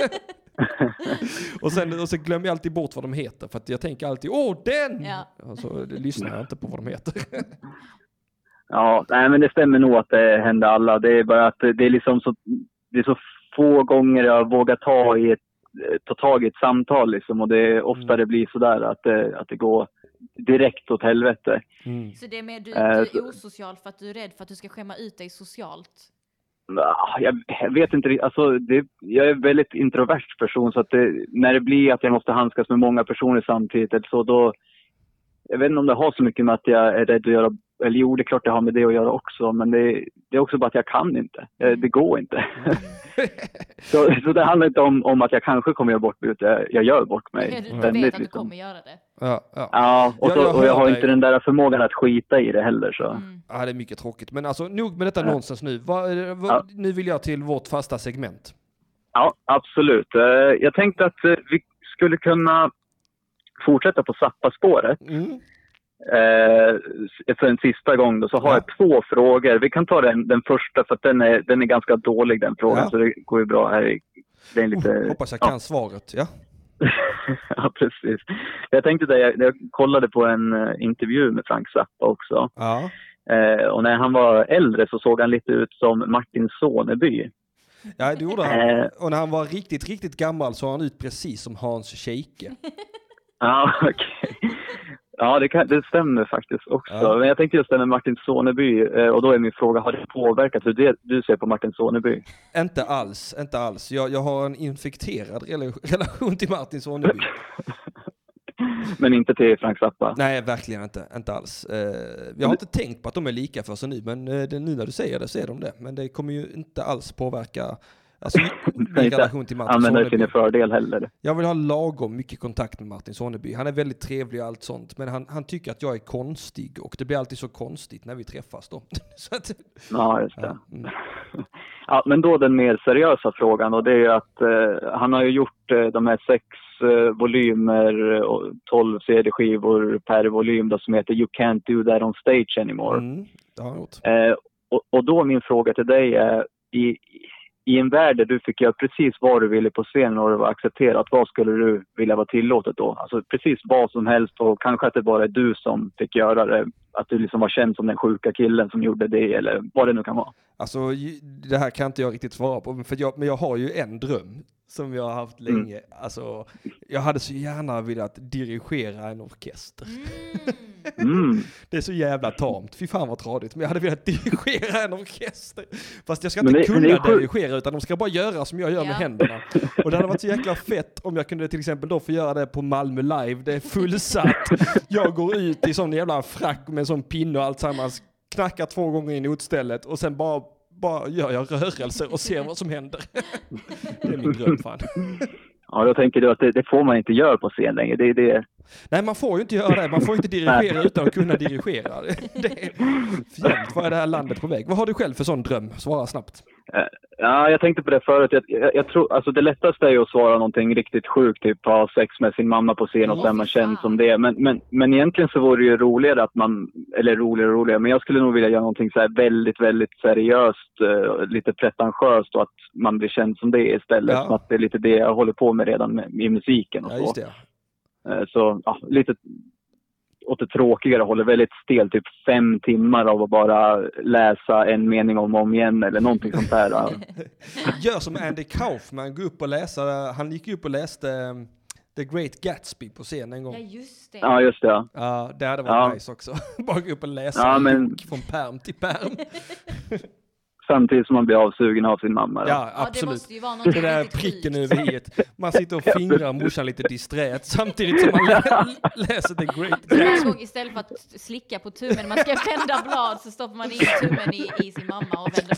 och, sen, och sen glömmer jag alltid bort vad de heter. För att jag tänker alltid, åh, den! Ja. Och så lyssnar jag inte på vad de heter. Ja, nej, men det stämmer nog att det händer alla. Det är bara att det är liksom så, det är så få gånger jag vågar ta i ett ta tag i ett samtal liksom, och det är ofta mm. det blir sådär att det, att det går direkt åt helvete. Mm. Så det är mer du, du är osocial för att du är rädd för att du ska skämma ut dig socialt? Jag, jag vet inte, alltså det, jag är en väldigt introvert person, så att det, när det blir att jag måste handskas med många personer samtidigt, så då, jag vet inte om det har så mycket med att jag är rädd att göra, eller jo, det är klart det har med det att göra också, men det, det är också bara att jag kan inte, mm. det går inte. Mm. så, så det handlar inte om, om att jag kanske kommer göra bort mig, utan jag, jag gör bort mig. Du, du vet att du liksom kommer göra det. Ja, ja. ja, och, så, ja, jag, och jag har dig. inte den där förmågan att skita i det heller. Så. Mm. Ja, det är mycket tråkigt. Men alltså, nog med detta ja. nonsens nu. Va, va, ja. Nu vill jag till vårt fasta segment. Ja, absolut. Jag tänkte att vi skulle kunna fortsätta på Zappa-spåret. Mm. Eh, för en sista gång då, så har ja. jag två frågor. Vi kan ta den, den första, för att den är, den är ganska dålig, den frågan, ja. så det går ju bra här. Det är lite, oh, hoppas jag kan ja. svaret, ja. Ja, precis. Jag tänkte det, jag, jag kollade på en uh, intervju med Frank Zappa också. Ja. Eh, och när han var äldre så såg han lite ut som Martin Soneby. Ja, det gjorde han. Eh, och när han var riktigt, riktigt gammal så han ut precis som Hans Scheike. Ja, okej. Okay. Ja, det, kan, det stämmer faktiskt också. Ja. Men jag tänkte just det med Martin Soneby, och då är min fråga, har det påverkat hur det, du ser på Martin Soneby? Inte alls, inte alls. Jag, jag har en infekterad relation till Martin Soneby. Men inte till Frank Zappa? Nej, verkligen inte. Inte alls. Jag har inte tänkt på att de är lika för sig nu, men det, nu när du säger det så är de det. Men det kommer ju inte alls påverka... Alltså, min relation till Martin Soneby. Använder sin fördel heller. Jag vill ha lagom mycket kontakt med Martin Soneby. Han är väldigt trevlig och allt sånt. Men han, han tycker att jag är konstig. Och det blir alltid så konstigt när vi träffas då. Så att, ja, just det. Ja, mm. Ja, men då den mer seriösa frågan. Och det är att eh, han har ju gjort eh, de här sex eh, volymer och tolv C D-skivor per volym då, som heter You Can't Do That On Stage Anymore. Mm, det har han gjort. Eh, och, och då min fråga till dig är... I, I en värld där du fick göra precis vad du ville på scenen och det var accepterat, vad skulle du vilja vara tillåtet då? Alltså precis vad som helst, och kanske att det bara är du som fick göra det. Att du liksom var känd som den sjuka killen som gjorde det, eller vad det nu kan vara. Alltså det här kan inte jag riktigt svara på, för jag, men jag har ju en dröm som jag har haft länge. Mm. Alltså, jag hade så gärna velat dirigera en orkester. Mm. Det är så jävla tamt. Fy fan vad tradigt. Men jag hade velat dirigera en orkester. Fast jag ska inte det, kunna det dirigera, utan de ska bara göra som jag gör ja. med händerna. Och det hade varit så jäkla fett om jag kunde till exempel då få göra det på Malmö Live. Det är fullsatt. Jag går ut i sån jävla frack med sån pinne och allt sammans. Knackar två gånger i notstället och sen bara bara gör jag rörelser och ser vad som händer. Det är min dröm, fan. Ja, då tänker du att det, det får man inte göra på scen längre. Det är det. Nej, man får ju inte göra det. Man får inte dirigera utan att kunna dirigera. Det är fjärligt. Vad är det här landet på väg? Vad har du själv för sån dröm? Svara snabbt. Ja, jag tänkte på det förut. Jag, jag, jag tror, alltså det lättaste är ju att svara någonting riktigt sjukt, typ ha sex med sin mamma på scen och så är man känd som det. Men, men, men egentligen så vore det ju roligare att man, eller roligare och roligare, men jag skulle nog vilja göra någonting så här väldigt, väldigt seriöst, uh, lite pretentiöst, och att man blir känd som det istället. Ja. Som att det är lite det jag håller på med redan med, i musiken och ja, så. Just det. Uh, så ja, lite åt det tråkigare håller, väldigt stel, typ fem timmar av att bara läsa en mening om och om igen eller någonting sånt där. Gör som Andy Kaufman, gå upp och läsa, han gick upp och läste um, The Great Gatsby på scenen en gång. Ja, just det. Ja, just det. Ja, ja det hade varit ja. nice också. Bara gå upp och läsa ja, men... från perm till perm. Samtidigt som man blir avsugen av sin mamma. Då. Ja, absolut. Ja, det måste ju vara något det där pricken över i. Man sitter och fingrar morsan lite disträt samtidigt som man lä- läser The Great Gatsby. Istället för att slicka på tummen, man ska vända blad, så stoppar man in tummen i, i sin mamma och vänder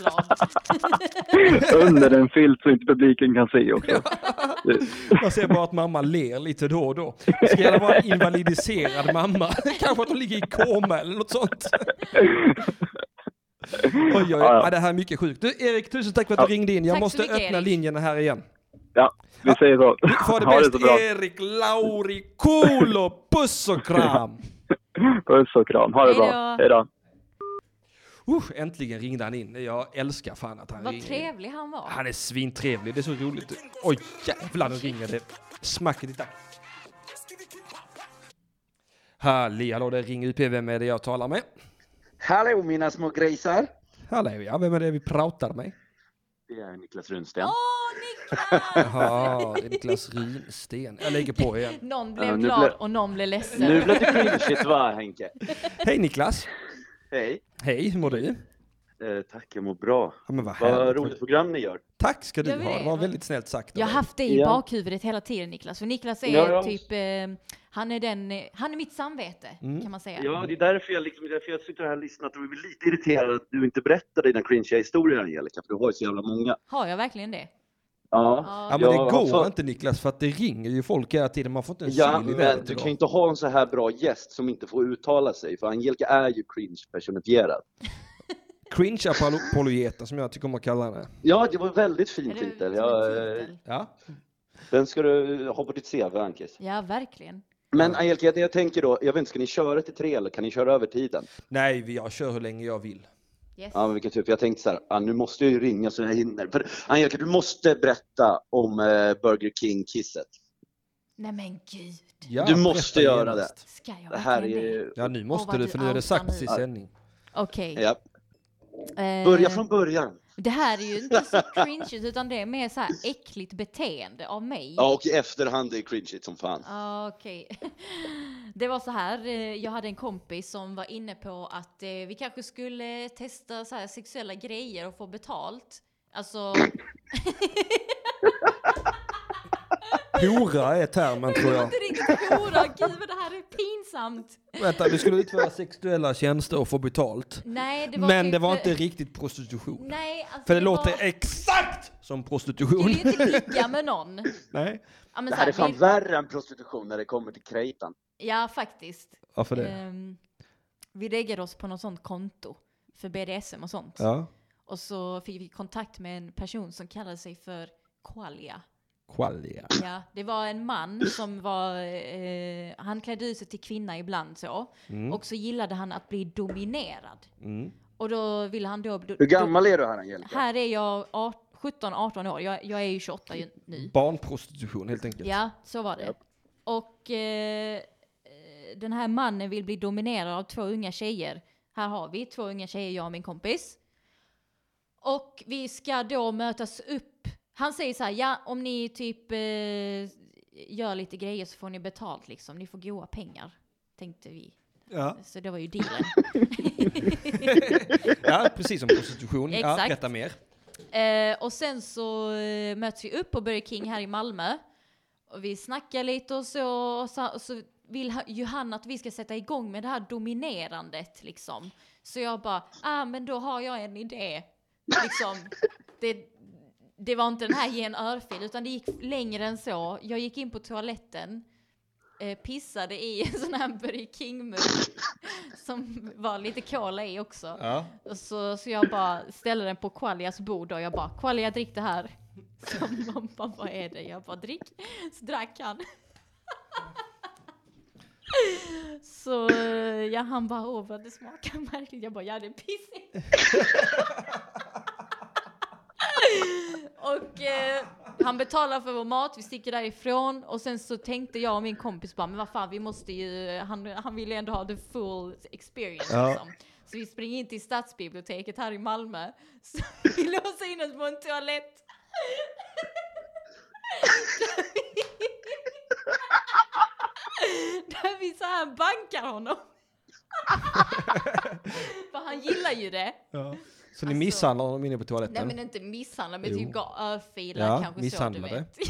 blad. Under en filt så inte publiken kan se också. Ja. Man ser bara att mamma ler lite då och då. Ska gärna vara en invalidiserad mamma. Kanske att hon ligger i koma eller något sånt. Oj, oj, ja, det här är mycket sjukt. Du, Erik, tusen tack för att du ja. ringde in. Jag tack måste mycket, öppna Erik. linjerna här igen. Ja, vi ja. säger så. Ha det bäst, det så Erik, Lauri, Kulo, puss och kram. Puss och kram, ha det Hejdå. bra. Hej då. Uh, äntligen ringde han in. Jag älskar fan att han Vad ringer. Vad trevlig han var. Han är svintrevlig, det är så roligt. Oj, jävlar, nu ringer det. Smacket i takt. Halli, hallå, det ringer U P. Vem är det jag talar med? Hallå mina små grisar. Hallå, ja, vem är det vi pratar med? Det är Niklas Runsten. Åh, Niklas! Jaha, det är Niklas Runsten. Jag lägger på igen. Någon blev ja, glad ble... och någon blev ledsen. Nu blev det cringeigt, va, Henke? Hej Niklas. Hej. Hej, hur mår du? Eh, tack, jag mår bra. Ja, men vad vad roligt program ni gör. Tack ska du ha, det var väldigt snällt sagt. Jag har haft det i ja. bakhuvudet hela tiden, Niklas. För Niklas är ja, ja. typ, eh, han är den, han är mitt samvete, mm. kan man säga. Ja, det är därför jag, liksom, därför jag sitter här och lyssnar och blir lite irriterad att du inte berättar dina cringe historier, Angelica, för du har ju så jävla många. Har jag verkligen det? Ja. Ja, men det går för... inte, Niklas, för att det ringer ju folk hela tiden. Man får inte en ja, men du kan ju inte ha en så här bra gäst som inte får uttala sig, för Angelica är ju cringe personifierad. Cringe-apologeten som jag tycker om att kalla henne. Ja, det var väldigt fin titel. Jag, titel. Ja. Den ska du ha på ditt C V, Ankes. Ja, verkligen. Men Angelica, jag tänker då, jag vet inte, ska ni köra till tre eller kan ni köra över tiden? Nej, jag kör hur länge jag vill. Yes. Ja, men vilken typ. Jag tänkte så här, ah, nu måste jag ju ringa så jag hinner. För Angelica, du måste berätta om eh, Burger King-kisset. Nej men gud. Ja, du måste göra genast. det. Ska jag det här är... Ja, nu måste du, för nu är det sagt i sändning. Okej. Okay. Ja. Börja från början. Det här är ju inte så cringe utan det är mer så här äckligt beteende av mig. Ja, och i efterhand är det cringe som fan. Ja, okej. Okay. Det var så här, jag hade en kompis som var inne på att eh, vi kanske skulle testa så här sexuella grejer och få betalt. Alltså... Hora är termen, tror jag. Inte riktigt hora, gud vad det här är pinsamt. Vänta, du skulle utföra sexuella tjänster och få betalt. Nej, det var Men typ... det var inte riktigt prostitution. Nej, alltså för det, det låter var... exakt som prostitution. Du vill inte ligga med någon. Nej. Ja, men det här här, är fan vi... värre än prostitution när det kommer till krejtan. Ja, faktiskt. Varför det? Um, vi lägger oss på något sånt konto för B D S M och sånt. Ja. Och så fick vi kontakt med en person som kallade sig för Qualia. Qualia. Ja, det var en man som var, eh, han klädde ut sig till kvinna ibland så. Mm. Och så gillade han att bli dominerad. Mm. Och då ville han då... Hur gammal är du här, Angelica? Här är jag sjutton arton år. Jag, jag är ju tjugoåtta nu. Barnprostitution helt enkelt. Ja, så var det. Yep. Och eh, den här mannen vill bli dominerad av två unga tjejer. Här har vi två unga tjejer, jag och min kompis. Och vi ska då mötas upp. Han säger så här, ja, om ni typ eh, gör lite grejer så får ni betalt liksom. Ni får goda pengar, tänkte vi. Ja. Så det var ju dealen. Ja, precis som prostitution. Exakt. Ja, berätta mer. Eh, och sen så eh, möts vi upp på Burger King här i Malmö. Och vi snackar lite och så. Och så, och så vill ju han att vi ska sätta igång med det här dominerandet liksom. Så jag bara, ah men då har jag en idé. Liksom, det... Det var inte den här ge en örfil utan det gick längre än så. Jag gick in på toaletten, eh, pissade i en sån här Burger King-mugg som var lite cola i också. Ja. Och så, så jag bara ställde den på Qualias bord och jag bara, Qualia, drick det här. Så man bara, vad är det? Jag bara, drick. Så drack han. Så ja, han bara, åh vad det smakar märkligt. Jag bara, ja det är pissigt. Och eh, han betalar för vår mat, vi sticker därifrån. Och sen så tänkte jag och min kompis bara, men vad fan, vi måste ju, han, han ville ju ändå ha the full experience ja. liksom. Så vi springer in till stadsbiblioteket här i Malmö. Så vi låser in oss på en toalett. Där vi så här bankar honom. För han gillar ju det. Ja. Så ni misshandlar honom inne på toaletten? Nej, men inte misshandlar, men typ örfilar ja, kanske misshandlade. Så, du vet.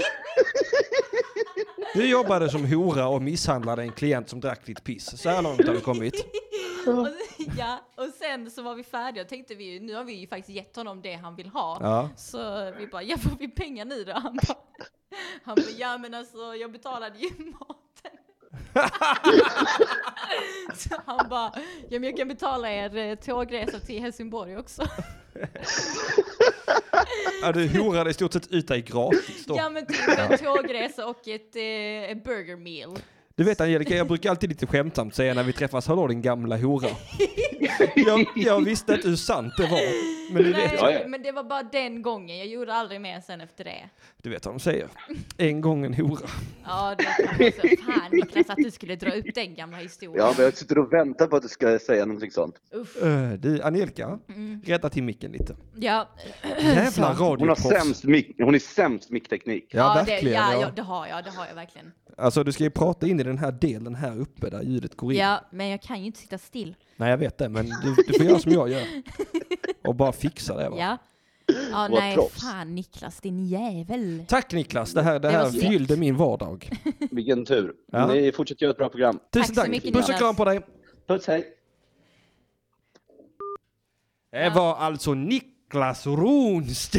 Du jobbade som hora och misshandlade en klient som drack ditt piss. Så här långt har vi kommit. Och, ja, och sen så var vi färdiga och tänkte vi, nu har vi ju faktiskt gett honom det han vill ha. Ja. Så vi bara, ja, får vi pengar nu då? Han bara, han bara, ja men alltså jag betalade ju maten. Så han bara, ja, men jag kan betala er tågresa till Helsingborg också. Ja, du horade i stort sett ut dig gratis då. Ja, men typ en tågresa och ett eh, burger meal. Du vet Angelica, jag brukar alltid lite skämtsamt säga när vi träffas, hallå din gamla hora. jag, jag visste inte hur sant det var. Men, du Nej, vet, ja, ja. men det var bara den gången. Jag gjorde aldrig mer sen efter det. Du vet vad de säger. En gång en hora. Ja, det var så. Fan Niklas, att du skulle dra upp den gamla historien. Ja, men jag sitter och väntar på att du ska säga någonting sånt. Uh, du, Angelica, mm. rädda till micken lite. Ja. Jävla radio. Hon har sämst mick, hon är sämst mickteknik. Ja, ja, verkligen. Det, ja, ja. ja, det har jag, det har jag verkligen. Alltså du ska ju prata in i den här delen här uppe där ljudet går in. Ja, men jag kan ju inte sitta still. Nej, jag vet det, men du, du får göra som jag gör. Och bara fixa det, va? Ja. Ja, nej, props. Fan Niklas, din jävel. Tack Niklas, det här, det här det fyllde min vardag. Vilken tur. Ja. Ni fortsätter göra ett bra program. Tusen tack. tack. Puss och kram på dig. Puss, hej. Det var alltså Niklas Ronsten.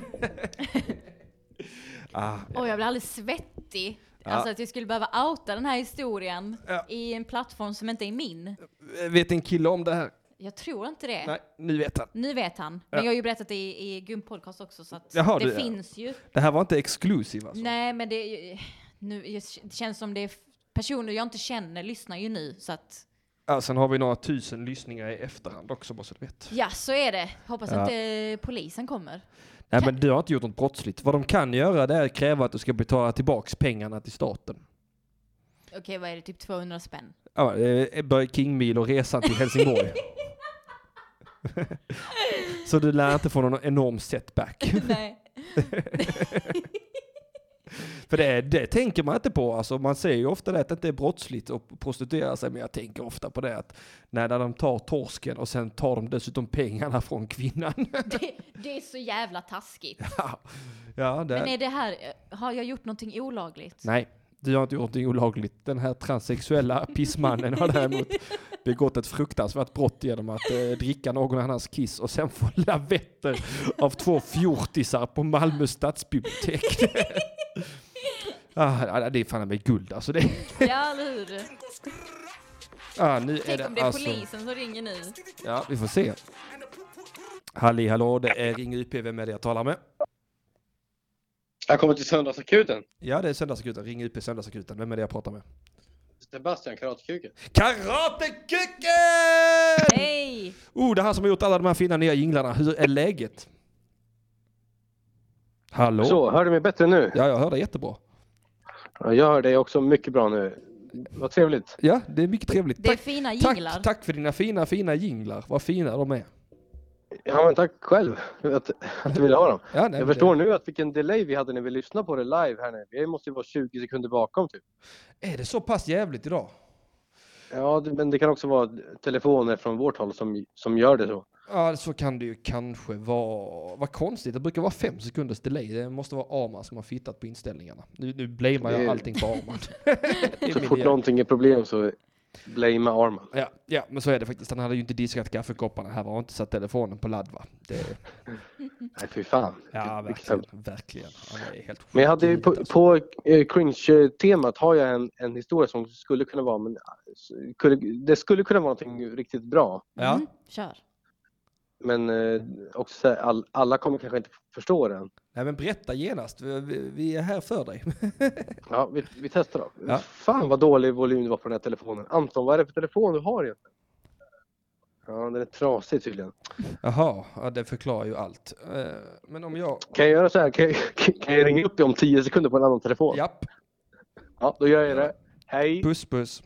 ah, Oj, jag blir alldeles svettig. Ja. Alltså att jag skulle behöva outa den här historien ja. i en plattform som inte är min. Vet en kille om det här? Jag tror inte det. Nej, nu vet han. Nu vet han. Men ja. jag har ju berättat det i, i Gum Podcast också, så att Jaha, det du, finns ju. Det här var inte exklusivt alltså? Nej, men det, nu, det känns som det är personer jag inte känner lyssnar ju nu, så att... Ja, sen har vi några tusen lyssningar i efterhand också, bara så du vet. Ja, så är det. Hoppas ja. inte polisen kommer. Nej, men du har inte gjort något brottsligt. Vad de kan göra, det är att kräva att du ska betala tillbaks pengarna till staten. Okej, okay, vad är det? Typ tvåhundra spänn? Ja, det är Burger King-mil och resan till Helsingborg. Så du lär inte få någon enorm setback. Nej. För det, det tänker man inte på. Alltså, man säger ju ofta det att det inte är brottsligt att prostituera sig, men jag tänker ofta på det att när de tar torsken och sen tar de dessutom pengarna från kvinnan. Det, det är så jävla taskigt. Ja. Ja, det... Men är det här, har jag gjort någonting olagligt? Nej, du har inte gjort någonting olagligt. Den här transsexuella pissmannen har däremot begått ett fruktansvärt brott genom att eh, dricka någon annans kiss och sen få lavetter av två fjortisar på Malmö stadsbibliotek. Ah, det är fan med guld alltså det. Ja, eller hur? Ah, nu Tänk är det om det är alltså... polisen som ringer nu. Ja, vi får se. Halli, hallå, det är Ring U P, vem är det jag talar med? Jag kommer till Söndagsakuten. Ja, det är Söndagsakuten. Ring U P Söndagsakuten. Vem är det jag pratar med? Sebastian, Karatekkuken. Karatekkuken! Hej! Oh, det här som har gjort alla de här fina nya jinglarna. Hur är läget? Hallå? Så, hör du mig bättre nu? Ja, jag hör dig jättebra. Ja, jag hör dig också mycket bra nu. Vad trevligt. Ja, det är mycket trevligt. Det är tack, fina jinglar. Tack, tack för dina fina, fina jinglar. Vad fina de är. Ja, men tack själv att, att du ville ha dem. Ja, nej, jag förstår det... nu att vilken delay vi hade när vi lyssnade på det live här nu. Vi måste ju vara tjugo sekunder bakom typ. Är det så pass jävligt idag? Ja, det, men det kan också vara telefoner från vårt håll som, som gör det så. Ja, så kan det ju kanske vara. Vad konstigt, det brukar vara fem sekunders delay. Det måste vara Arman som har fittat på inställningarna. Nu, nu blamear jag allting på Arman. Så fort någonting är problem så blame Arman. Ja, ja, men så är det faktiskt. Han hade ju inte diskat kaffekopparna här. Var inte satt telefonen på ladd, va? Det... Nej, fy fan. Ja, verkligen. verkligen. Han är helt men jag hade ju på, alltså. på eh, cringe-temat har jag en, en historia som skulle kunna vara, men skulle, det skulle kunna vara någonting riktigt bra. Ja. Mm, kör. Men eh, också så här, all, alla kommer kanske inte förstå den. Nej, men berätta genast. Vi, vi är här för dig. Ja, vi, vi testar då. Ja. Fan vad dålig volym det var på den här telefonen. Anton, vad är det för telefon du har egentligen? Ja, den är trasig tydligen. Jaha, ja, det förklarar ju allt. Men om jag... Kan jag göra så här? Kan jag, kan jag ringa upp dig om tio sekunder på en annan telefon? Japp. Ja, då gör jag det. Hej. Puss, puss.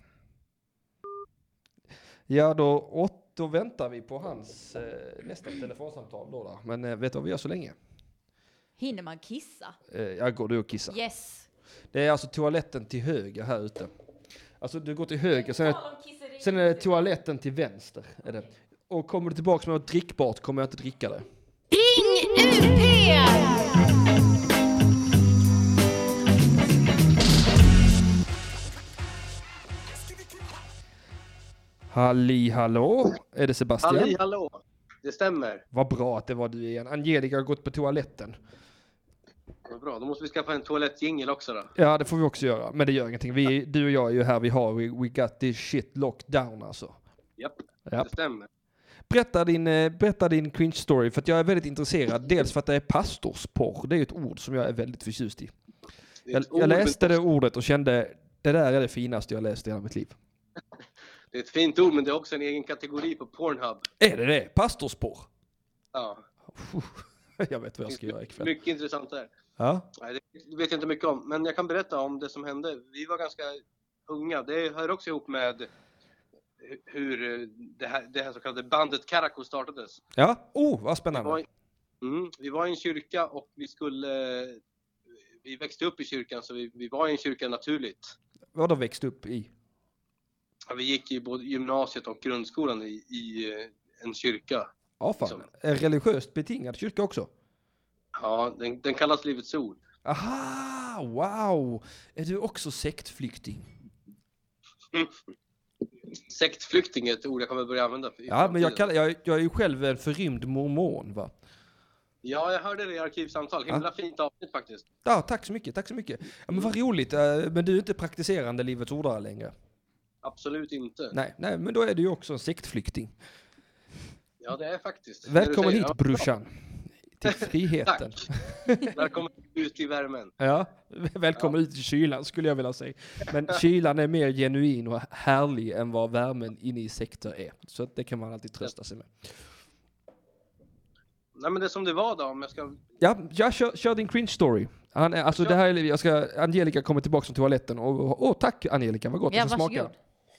Ja, då, och, då väntar vi på hans eh, nästa telefonsamtal då. då. Men eh, vet du vad vi gör så länge? Hinner man kissa? Eh, jag går du och kissa. Yes. Det är alltså toaletten till höger här ute. Alltså du går till höger, sen är, sen är det toaletten till vänster. Är det. Och kommer du tillbaka med något drickbart kommer jag inte dricka det. Ring U P! Halli hallå, är det Sebastian? Halli hallå, det stämmer. Vad bra att det var du igen. Angelica har gått på toaletten. Vad bra, då måste vi skaffa en toalettjingel också då. Ja, det får vi också göra. Men det gör ingenting. Vi, du och jag är ju här, vi har we, we got this shit locked down alltså. Japp, Japp. det stämmer. Berätta din, berätta din cringe story, för att jag är väldigt intresserad. Dels för att det är pastorsporr. Det är ju ett ord som jag är väldigt förtjust i. Jag, jag läste det ordet och kände, det där är det finaste jag läst i hela mitt liv. Det är ett fint ord, men det är också en egen kategori på Pornhub. Är det det? Pastorsporr? Ja. Jag vet vad jag ska göra ikväll. Mycket intressant där. Ja. Nej, det vet jag inte mycket om, men jag kan berätta om det som hände. Vi var ganska unga. Det hör också ihop med hur det här, det här så kallade bandet Karakou startades. Ja, oh, vad spännande. Vi var, i, mm, vi var i en kyrka och vi skulle... Vi växte upp i kyrkan, så vi, vi var i en kyrka naturligt. Vad har växt upp i? Ja, vi gick i både gymnasiet och grundskolan i, i en kyrka. Ja, fan. Liksom. En religiöst betingad kyrka också? Ja, den, den kallas Livets Ord. Aha, wow! Är du också sektflykting? Mm. Sektflykting är ett ord jag kommer börja använda. Ja, men jag, kallar, jag, jag är ju själv en förrymd mormon, va? Ja, jag hörde det i arkivsamtal. Himla ja. Fint avsnitt faktiskt. Ja, tack så mycket, tack så mycket. Ja, men vad roligt, men du är inte praktiserande Livets Ordare längre? Absolut inte. Nej, nej, men då är du ju också en sektflykting. Ja, det är faktiskt. Välkommen hit, brorsan. Till friheten. Tack. Välkommen ut i värmen. Ja, välkommen ja. Ut i kylan skulle jag vilja säga. Men kylan är mer genuin och härlig än vad värmen inne i sektor är. Så det kan man alltid trösta sig med. Nej, men det är som det var då, om jag ska... Ja, jag kör, kör din cringe story. Han, alltså det här, jag ska, Angelica kommer tillbaka från toaletten och åh tack Angelica, vad gott ja, det smakar.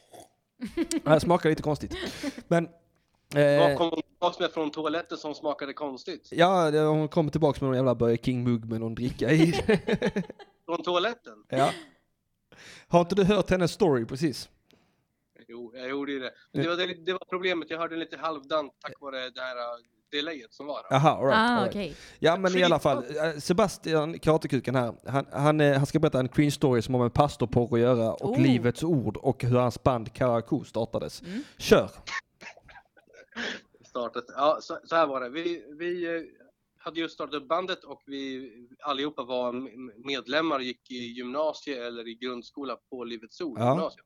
Det smakar lite konstigt. Men Eh, Vad kom hon tillbaka med från toaletten som smakade konstigt? Ja, hon kom tillbaka med någon jävla Burger King-mugg med någon dricka i. Från toaletten? Ja. Har inte du hört hennes story precis? Jo, jag gjorde ju det. Men det, var, det, det var problemet, jag hörde lite halvdant tack vare det här delayet som var. Aha, all right, ah, all right. Okay. Ja, men i alla fall, Sebastian Kratekuken här, han, han, han ska berätta en cringe story som har med pastorporr att göra och oh. Livets Ord och hur hans band Karakou startades. Mm. Kör! Startat. Ja, så, så här var det. Vi, vi hade just startat bandet och vi allihopa var medlemmar, gick i gymnasiet eller i grundskola på Livets Ord. Ja. Gymnasiet.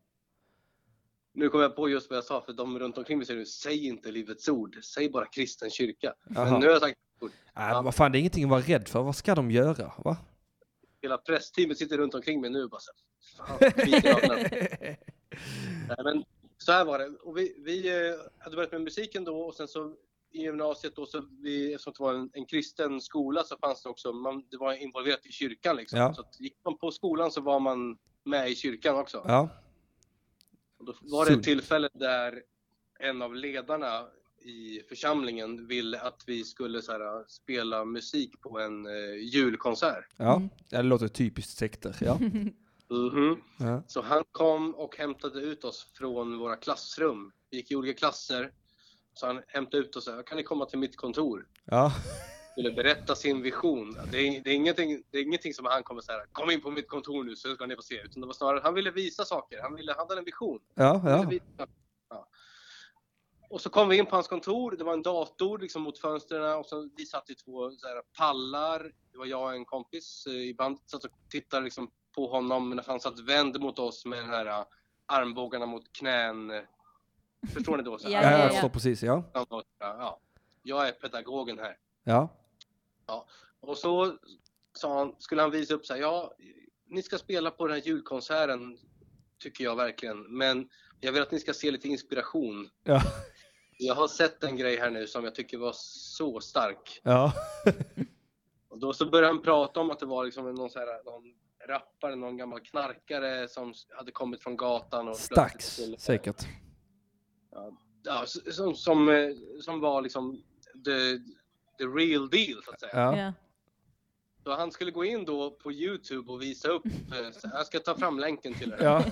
Nu kommer jag på just vad jag sa, för de runt omkring mig säger nu, säg inte Livets Ord, säg bara kristen kyrka. Aha. Men nu har jag sagt ord. Äh, ja. Vad fan, det är ingenting att vara rädd för. Vad ska de göra? Va? Hela pressteamet sitter runt omkring mig nu och bara så fan, Nej, men så här var det. Och vi, vi hade börjat med musiken då och sen så i gymnasiet då, så vi, eftersom det var en, en kristen skola så fanns det också, man, det var involverat i kyrkan liksom. Ja. Så att gick man på skolan så var man med i kyrkan också. Ja. Och då var det ett tillfälle där en av ledarna i församlingen ville att vi skulle så här, spela musik på en eh, julkonsert. Ja, det låter typiskt sekter, ja. Mm-hmm. Ja. Så han kom och hämtade ut oss från våra klassrum. Vi gick i olika klasser. Så han hämtade ut oss och sa, kan ni komma till mitt kontor? Ja. Skulle berätta sin vision. Det är, det är, ingenting, det är ingenting som han kommer säga, kom in på mitt kontor nu så ska ni få se. Utan det var snarare, han ville visa saker. Han ville, han hade en vision. Ja, ja. Ja. Och så kom vi in på hans kontor. Det var en dator liksom mot fönstren. Och så vi satt i två så här, pallar. Det var jag och en kompis i bandet. Satt och tittade liksom på honom när han satt vänd mot oss med den här uh, armbågarna mot knän. Förstår ni då? Så ja, ja, ja. Jag förstår precis, ja. ja. Jag är pedagogen här. Ja. Ja. Och så sa han, skulle han visa upp så här, ja, ni ska spela på den här julkonserten tycker jag verkligen. Men jag vill att ni ska se lite inspiration. Ja. Jag har sett en grej här nu som jag tycker var så stark. Ja. Och då så började han prata om att det var liksom någon så här, någon rappare, någon gammal knarkare som hade kommit från gatan. Och Stax, skulle, säkert. Ja, ja, som, som, som var liksom the, the real deal, så att säga. Ja. Ja. Så han skulle gå in då på YouTube och visa upp. Så jag ska ta fram länken till det. Ja.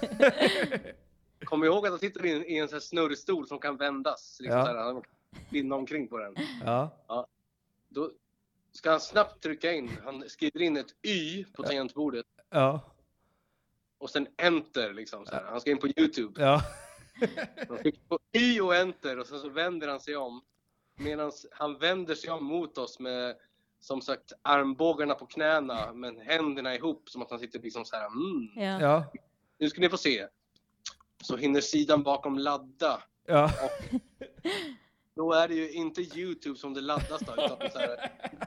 Kom ihåg att han sitter i en, i en sån här snurrstol som kan vändas. Liksom ja. så här, han kan spinna omkring på den. Ja. Ja. Då ska han snabbt trycka in. Han skriver in ett Y på tangentbordet. Ja. Och sen enter liksom så här. Han ska in på YouTube. Ja. Han fick på Y och enter och sen så vänder han sig om. Medan han vänder sig om mot oss med som sagt armbågarna på knäna men händerna ihop som att han sitter liksom så här. Mm. Ja. Ja. Nu ska ni få se. Så hinner sidan bakom ladda. Ja. Och då är det ju inte YouTube som det laddas då, utan så här.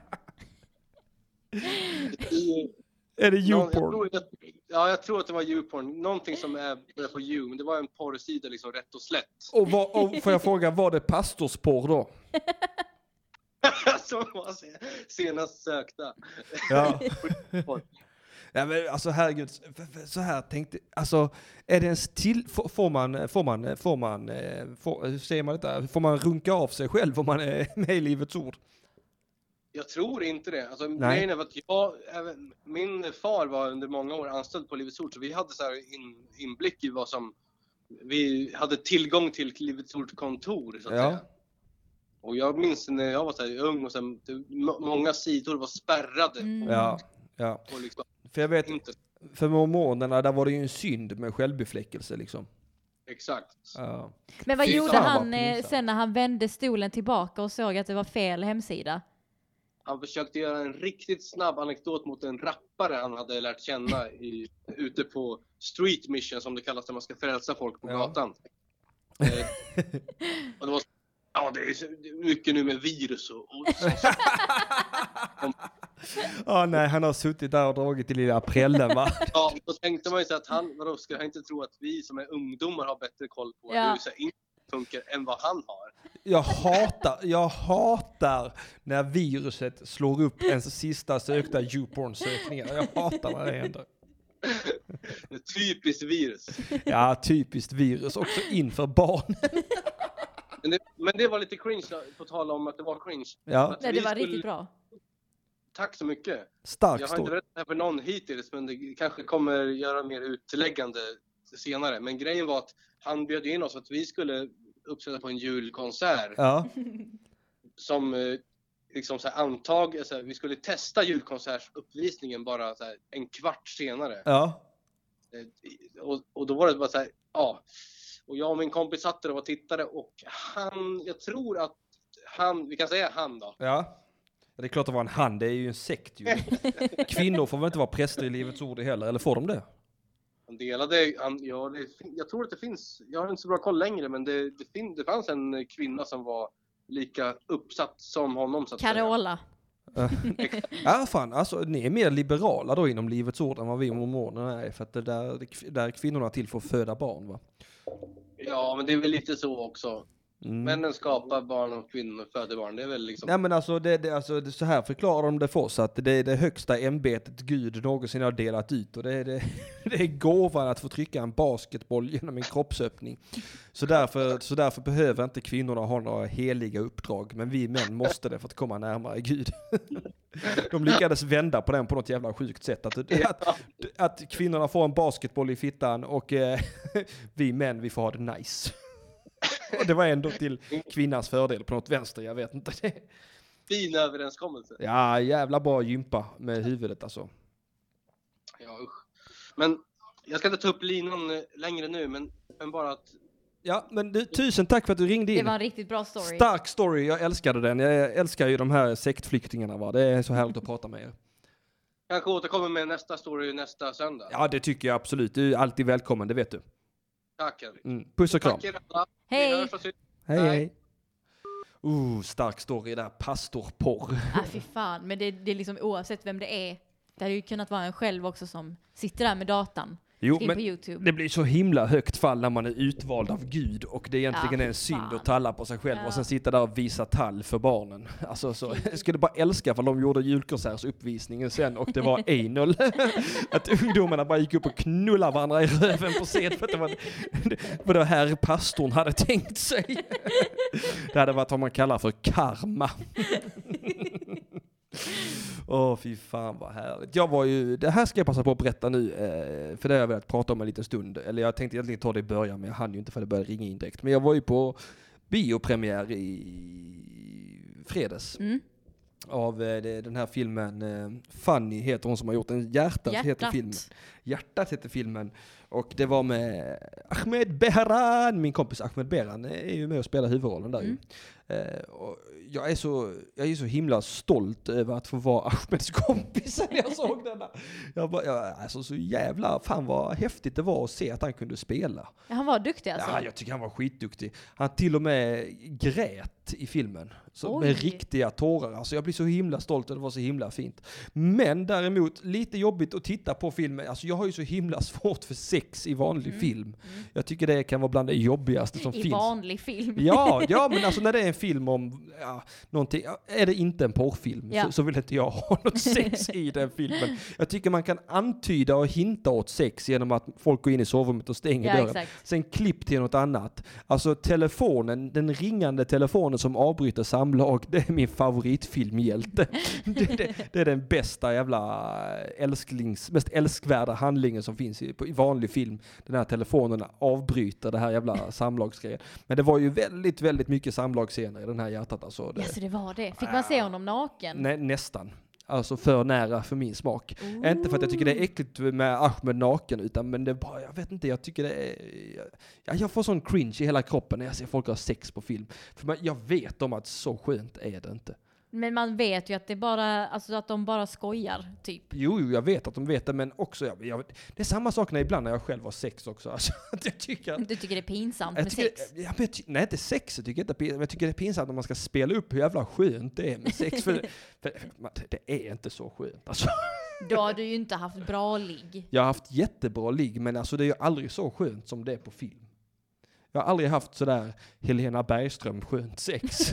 Är det Någon, jag YouPorn? tror, jag, ja, jag tror att det var YouPorn. Någonting som är börjar på You, men det var en porrsida liksom rätt och slätt. Och, vad, och får jag fråga, var det pastorsporr då? Som var senast sökta. Ja. Ja, men alltså herregud, så här tänkte, alltså är det ens till, får man, får man, får man, får, hur säger man detta, får man runka av sig själv om man är med i Livets Ord? Jag tror inte det. Alltså, Nej. grejen är att jag, även, min far var under många år anställd på Livets Ord, så vi hade så här in, inblick i vad som, vi hade tillgång till Livets Ord-kontor så att Ja. säga. Och jag minns när jag var så här ung och sen, det, må- många sidor var spärrade. Mm. Ja, ja. Och liksom, För jag vet, inte. för mormonerna där var det ju en synd med självbefläckelse liksom. Exakt. Ja. Men vad Fy gjorde fan, vad han eh, pinsamt. sen när han vände stolen tillbaka och såg att det var fel hemsida? Han försökte göra en riktigt snabb anekdot mot en rappare han hade lärt känna i, ute på street mission som det kallas när man ska frälsa folk på Ja. gatan. Eh, och det var ja, det är så- det är mycket nu med virus och, och Ja, nej, han har suttit där och dragit i lilla prällen va? ja, då tänkte man ju så att han, vadå, ska han inte tro att vi som är ungdomar har bättre koll på Ja. hur så här, inte funkar än vad han har. Jag hatar, jag hatar när viruset slår upp ens sista sökta YouPorn-sökningar. Jag hatar när det händer. Det är typiskt virus. Ja, typiskt virus. Också inför barn. Men det, men det var lite cringe då, på tal om att det var cringe. Ja. Att Nej, vi det var skulle- riktigt bra. Tack så mycket. Stark Jag har inte story. berättat det här för någon hittills, men det kanske kommer göra mer utläggande senare. Men grejen var att han bjöd in oss att vi skulle uppsätta på en julkonsert Ja. som eh, liksom så här antag, så här, vi skulle testa julkonsertsuppvisningen bara så här, en kvart senare. Ja. Eh, Och, och då var det bara så här, ja. Och jag och min kompis satt där och var tittare och han, jag tror att han, vi kan säga han då. Ja. Ja, det är klart att vara en han, det är ju en sekt ju. Kvinnor får väl inte vara präster i Livets Ord heller, eller får de det? Han delade, han, ja, det, jag tror att det finns, jag har inte så bra koll längre, men det, det, fin, det fanns en kvinna som var lika uppsatt som honom så att säga. Carola. Ja, fan, alltså ni är mer liberala då inom Livets Ord än vad vi mormonerna är, för att det där, det, där är kvinnorna till för att föda barn va? Ja, men det är väl lite så också. Mm. Männen skapar barn och kvinnor föder barn, det är väl liksom... Nej men alltså, det, det, alltså det, så här förklarar de det för oss, att det är det högsta ämbetet Gud någonsin har delat ut, och det är, det, det är gåvan att få trycka en basketboll genom en kroppsöppning. Så därför, så därför behöver inte kvinnorna ha några heliga uppdrag, men vi män måste det för att komma närmare Gud. De lyckades vända på den på något jävla sjukt sätt, att, att, att kvinnorna får en basketboll i fittan och eh, vi män, vi får ha det nice. Och det var ändå till kvinnans fördel på något vänster, jag vet inte det. Fin överenskommelse. Ja, jävla bra gympa med huvudet alltså. Ja, usch. Men jag ska inte ta upp linan eh, längre nu, men, men bara att... Ja, men du, tusen tack för att du ringde in. Det var en riktigt bra story. Stark story, jag älskade den. Jag älskar ju de här sektflyktingarna va. Det är så härligt att prata med er. Kanske återkommer med nästa story nästa söndag. Ja, det tycker jag absolut. Du är alltid välkommen, det vet du. Tack Henrik. Mm. Puss och kram. Tack er alla. Hej. Vi hörs och syns. Hej, hej. Uh, stark story där, pastorporr. Ah, fy fan. Men det, det är liksom oavsett vem det är. Det hade ju kunnat vara en själv också som sitter där med datan. Jo, in men på YouTube. det blir så himla högt fall när man är utvald av Gud och det egentligen Ja, är en fy synd fan. att talla på sig själv Ja. och sen sitta där och visa tall för barnen. Alltså, så, jag skulle bara älska för de gjorde julkonsertsuppvisningen sen och det var anal. Att ungdomarna bara gick upp och knullade varandra i röven på scen för att det var det, var det här pastorn hade tänkt sig. Det hade varit vad man kallar för karma. Åh, oh, fy fan vad härligt. Jag var ju, det här ska jag passa på att berätta nu, eh, för det har jag velat prata om en liten stund. Eller jag tänkte egentligen ta det i början, men jag hann ju inte för det började ringa in direkt. Men jag var ju på biopremiär i fredags. Mm. Av eh, det, den här filmen, eh, Fanny heter hon som har gjort den, Hjärtat, Hjärtat. heter filmen. Hjärtat heter filmen. Och det var med Ahmed Behran, min kompis Ahmed Behran är ju med och spelar huvudrollen där. Mm. Uh, och jag är så jag är så himla stolt över att få vara Ahmeds kompis när jag såg den där. Jag bara, jag, alltså så jävla, fan vad häftigt det var att se att han kunde spela. Ja, han var duktig alltså. Ja, jag tycker han var skitduktig. Han till och med grät i filmen. Så med riktiga tårar. Alltså jag blir så himla stolt och det var så himla fint. Men däremot lite jobbigt att titta på filmen. Alltså jag har ju så himla svårt för sex i vanlig mm. film. Mm. Jag tycker det kan vara bland det jobbigaste som I finns. I vanlig film. Ja, ja, men alltså när det är en film om ja, någonting, är det inte en porrfilm ja. så, så vill inte jag ha något sex i den filmen. Jag tycker man kan antyda och hinta åt sex genom att folk går in i sovrummet och stänger ja, dörren. Exakt. Sen klipp till något annat. Alltså telefonen, den ringande telefonen som avbryter samlag, det är min favoritfilmhjälte. det, det, det är den bästa jävla älsklings, mest älskvärda handlingen som finns i, på, i vanlig film. Den här telefonen avbryter det här jävla samlagsgrejen. Men det var ju väldigt, väldigt mycket samlagsscener i den här hjärtat. Alltså det, ja, så det var det. Fick man se honom naken? Nej, nästan. Alltså för nära för min smak. Ooh. Inte för att jag tycker det är äckligt med Ahmed naken, utan men det är bara, jag vet inte, jag tycker det är, jag, jag får sån cringe i hela kroppen när jag ser folk ha sex på film. För man, jag vet om att så skönt är det inte. Men man vet ju att det bara, alltså att de bara skojar, typ. Jo, jo jag vet att de vet det, men också, jag, jag, det är samma sak när ibland när jag själv har sex också. Alltså, jag tycker, du tycker det är pinsamt med tycker, sex? Ja, men jag, nej, inte sex, jag tycker, inte, men jag tycker det är pinsamt om man ska spela upp hur jävla skönt det är med sex. för, för, för det är inte så skönt, alltså. Då har du ju inte haft bra ligg. Jag har haft jättebra ligg, men alltså det är ju aldrig så skönt som det är på film. Jag har aldrig haft sådär Helena Bergström skönt sex.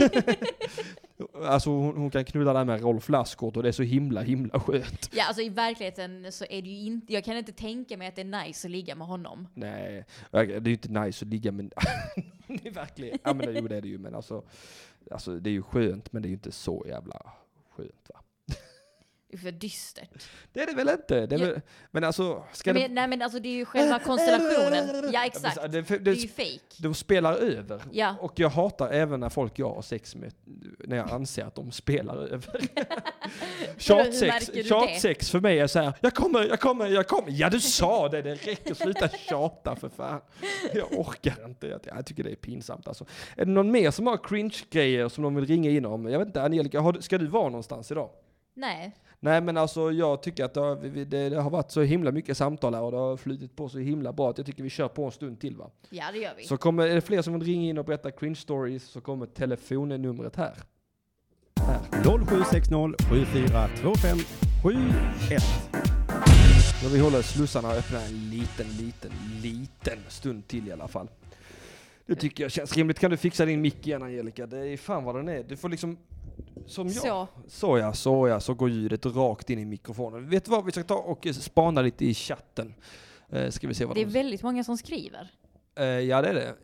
Alltså hon, hon kan knulla där med Rolf Lassgård och det är så himla, himla skönt. Ja, alltså i verkligheten så är det ju inte, jag kan inte tänka mig att det är nice att ligga med honom. Nej, det är ju inte nice att ligga med, det är verkligen, ja men jo det är det ju, men alltså, alltså det är ju skönt, men det är ju inte så jävla skönt va. Det är för dystert. Det är det väl inte. Det är väl, men alltså... Ska men, det... Nej men alltså det är ju själva konstellationen. Ja exakt. Det, det, det, det är ju fake. De spelar över. Ja. Och jag hatar även när folk jag har sex med, när jag anser att de spelar över. Tjatsex, tjatsex för mig är så här, jag kommer, jag kommer, jag kommer. Ja du sa det, det räcker, sluta tjata för fan. Jag orkar inte. Jag tycker det är pinsamt alltså. Är det någon mer som har cringe-grejer som de vill ringa in om? Jag vet inte, Angelica, ska du vara någonstans idag? Nej. Nej men alltså jag tycker att det har, det, det har varit så himla mycket samtal här och det har flyttat på så himla bra att jag tycker vi kör på en stund till va? Ja det gör vi. Så kommer, är det fler som vill ringa in och berätta cringe stories så kommer telefonnumret här. här. noll sju sex noll sju fyra två fem sju ett. Så vi håller slussarna öppna en liten, liten, liten stund till i alla fall. Det tycker jag känns rimligt. Kan du fixa din mick igen Angelica? Det är fan vad den är. Du får liksom... Som jag. Så. så ja, så ja, så går ljudet rakt in i mikrofonen. Vet du vad, vi ska ta och spana lite i chatten. Uh, ska vi se vad det är de... väldigt många som skriver. Uh, ja, det är det.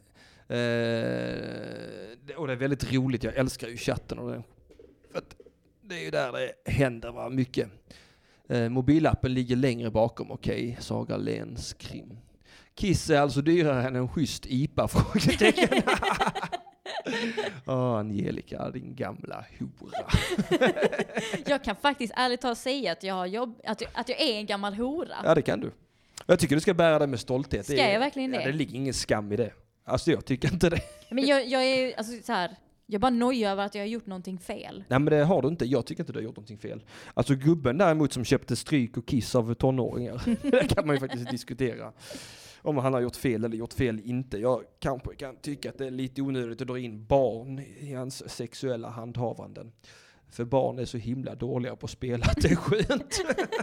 Uh, det. Och det är väldigt roligt, jag älskar ju chatten. Och det, för att det är ju där det händer va, mycket. Uh, mobilappen ligger längre bakom, okej. Okay. Saga Lens krim. Kiss är alltså dyrare än en schysst I P A, frågetecken. Åh, oh, Angelica, din gamla hora. Jag kan faktiskt ärligt talat säga att jag, har jobb, att, jag, att jag är en gammal hora. Ja, det kan du. Jag tycker du ska bära det med stolthet. Ska det är, jag verkligen det? Ja, det ligger ingen skam i det. Alltså, jag tycker inte det. Men jag, jag är alltså så här, jag bara nojar över att jag har gjort någonting fel. Nej, men det har du inte. Jag tycker inte du har gjort någonting fel. Alltså, gubben däremot som köpte stryk och kiss av tonåringar. Det kan man ju faktiskt diskutera. Om han har gjort fel eller gjort fel inte. Jag kanske kan tycka att det är lite onödigt att dra in barn i hans sexuella handhavanden. För barn är så himla dåliga på att spela att det är skönt.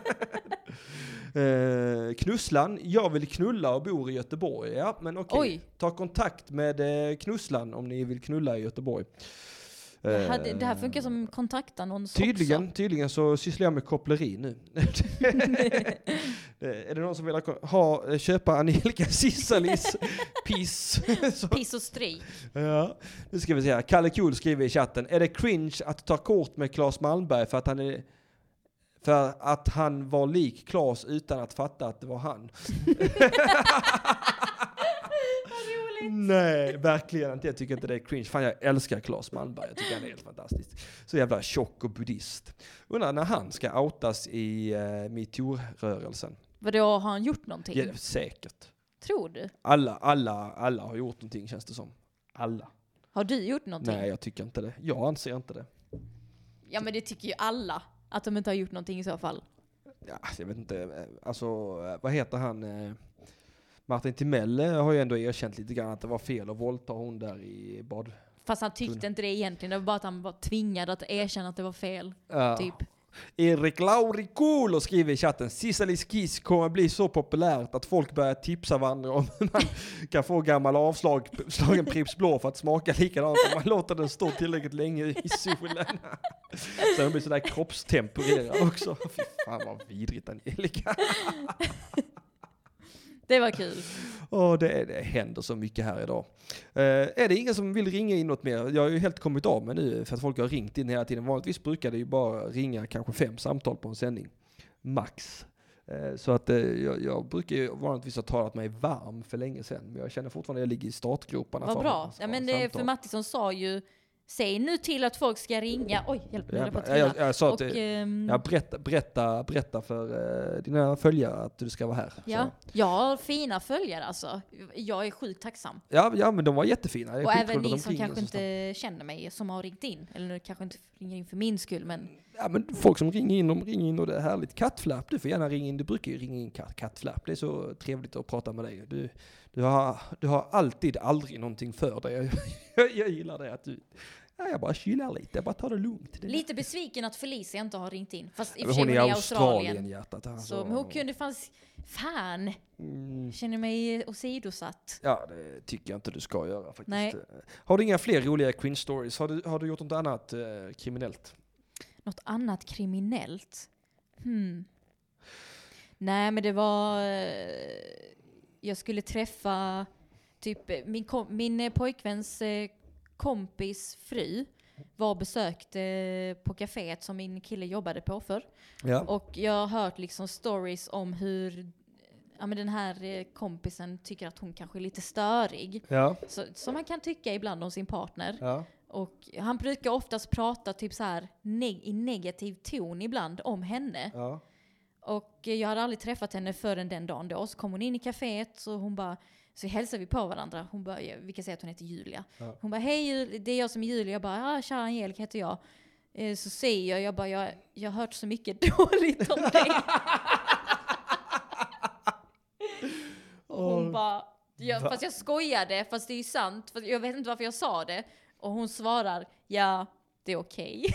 eh, Knusslan, jag vill knulla och bor i Göteborg. Ja, men okej. Okay. Ta kontakt med eh, Knusslan om ni vill knulla i Göteborg. Det här, det här funkar som kontaktannons tydligen, också. Tydligen så sysslar jag med koppleri nu. Är det någon som vill ha, köpa Angelica Sissalis piss? Piss och stryk. Ja, nu ska vi se här. Kalle Cool skriver i chatten. Är det cringe att ta kort med Claes Malmberg för att han är... För att han var lik Claes utan att fatta att det var han? Nej, verkligen inte. Jag tycker inte det är cringe. Fan, jag älskar Claes Malmberg. Jag tycker han är helt fantastisk. Så jävla tjock och buddhist. Undrar när han ska outas i uh, MeToo-rörelsen. Vadå, har han gjort någonting? Ja, säkert. Tror du? Alla, alla, alla har gjort någonting, känns det som. Alla. Har du gjort någonting? Nej, jag tycker inte det. Jag anser inte det. Ja, men det tycker ju alla. Att de inte har gjort någonting i så fall. Ja, jag vet inte. Alltså, vad heter han? Martin Timell har ju ändå erkänt lite grann att det var fel att våldta hon där i bad. Fast han tyckte inte det egentligen. Det var bara att han var tvingad att erkänna att det var fel. Ja. Typ. Erik Laurikulo skriver i chatten: Cisalis Kiss kommer bli så populärt att folk börjar tipsa varandra om hur man kan få gammal avslag slagen Pripps Blå för att smaka likadant om man låter den stå tillräckligt länge i solen. Så den blir sådär kroppstempererad också. Fy fan vad vidrigt, Angelica. Det var kul. Och det, det händer så mycket här idag. Uh, är det ingen som vill ringa in något mer? Jag har ju helt kommit av med nu för att folk har ringt in hela tiden. Vanligtvis brukar det ju bara ringa kanske fem samtal på en sändning. Max. Uh, så att uh, jag, jag brukar ju vanligtvis ha talat mig varm för länge sedan. Men jag känner fortfarande att jag ligger i startgroparna. Vad bra. Ja, men det, för Mattisson sa ju: säg nu till att folk ska ringa. Oj, hjälp mig. Ja, jag, jag, jag sa att och, um, ja, berätta, berätta, berätta för uh, dina följare att du ska vara här. Ja, så. Jag har fina följare alltså. Jag är sjukt tacksam. Ja, ja, men de var jättefina. Och även ni som kanske inte känner mig, som har ringt in. Eller kanske inte ringer in för min skull, men... Ja, men folk som ringer in, de ringer in och det är härligt. Kattflapp, du får gärna ringa in. Du brukar ju ringa in katt, kattflapp. Det är så trevligt att prata med dig. Du, du, har, du har alltid aldrig någonting för dig. Jag, jag, jag gillar det att du... Ja, jag bara chillar lite, jag bara tar det lugnt. Det lite besviken att Felicia inte har ringt in. Fast i ja, och för sig hon är i i Australien. Australien Hjärtat, alltså. så, men hon kunde fanns... Fan! Mm. Känner mig åsidosatt. Ja, det tycker jag inte du ska göra faktiskt. Nej. Har du inga fler roliga cringe stories? Har du, har du gjort något annat eh, kriminellt? Något annat kriminellt? Hmm. Nej, men det var... Eh, jag skulle träffa typ min, kom, min pojkväns eh, kompis fru var besökte på kaféet som min kille jobbade på för. Ja. Och jag har hört liksom stories om hur ja, men den här kompisen tycker att hon kanske är lite störig. Ja. Så, som man kan tycka ibland om sin partner. Ja. Och han brukar oftast prata typ så här neg- i negativ ton ibland om henne. Ja. Och jag hade aldrig träffat henne förrän den dagen då. Så kom hon in i kaféet så hon bara... Så hälsade vi på varandra. Hon bara, vi kan säga att hon heter Julia. Ja. Hon bara, hej, det är jag som är Julia. Jag bara, ah, tja, Angelica heter jag. Eh, så säger jag, jag bara, jag, jag har hört så mycket dåligt om dig. Och hon bara, ja, fast jag skojade, fast det är ju sant. Fast jag vet inte varför jag sa det. Och hon svarar, ja, det är okej.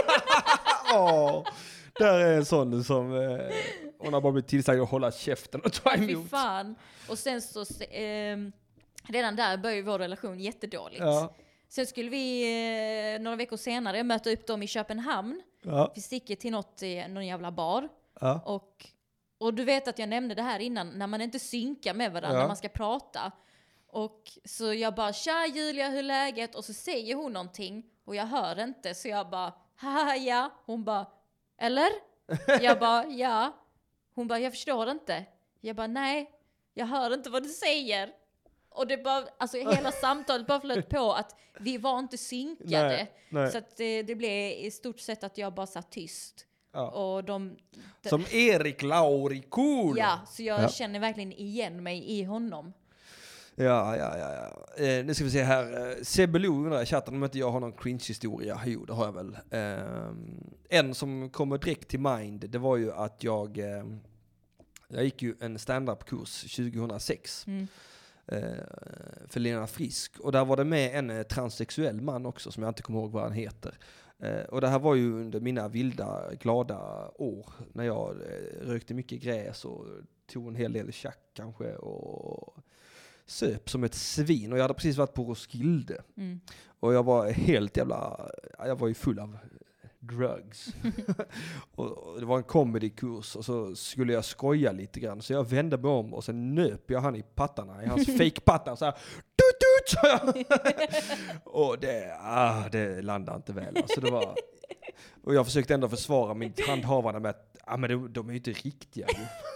Åh, där är en sån som eh, hon har bara blivit tillsagd att hålla käften och ta emot. Fy fan. Och sen så eh, redan där började vår relation jättedåligt. Ja. Sen skulle vi eh, några veckor senare möta upp dem i Köpenhamn. Ja. Vi sticker till något, eh, någon jävla bar. Ja. Och, och du vet att jag nämnde det här innan, när man inte synkar med varandra, Ja. när man ska prata. Och så jag bara, tja Julia, hur är läget? Och så säger hon någonting och jag hör inte. Så jag bara, haha ja. Hon bara, eller? Jag bara, ja. Hon bara, jag förstår inte. Jag bara, nej, jag hör inte vad du säger. Och det bara, alltså hela samtalet bara flöt på att vi var inte synkade. Nej, nej. Så att det, det blev i stort sett att jag bara satt tyst. Ja. Och de, de, Som Erik Laurikulo. ja, så jag Ja. känner verkligen igen mig i honom. Ja, ja, ja. ja. Eh, nu ska vi se här. Eh, Sebelo undrar i chatten om inte jag har någon cringe-historia. Jo, det har jag väl. Eh, en som kommer direkt till mind, det var ju att jag... Eh, jag gick ju en stand-up-kurs tjugohundrasex. Mm. Eh, för Lena Frisk. Och där var det med en eh, transsexuell man också, som jag inte kommer ihåg vad han heter. Eh, och det här var ju under mina vilda, glada år. När jag eh, rökte mycket gräs och tog en hel del tjack kanske. Och söp som ett svin. Och jag hade precis varit på Roskilde. Mm. Och jag var helt jävla... Jag var ju full av drugs. och, och det var en comedykurs. Och så skulle jag skoja lite grann. Så jag vände mig om och sen nöp jag han i pattarna. I hans fake-pattar. Så här... Tut, tut, så jag. och det, ah, det landade inte väl. Alltså det var... Och jag försökte ändå försvara mitt handhavande med att ah, men de, de är ju inte riktiga.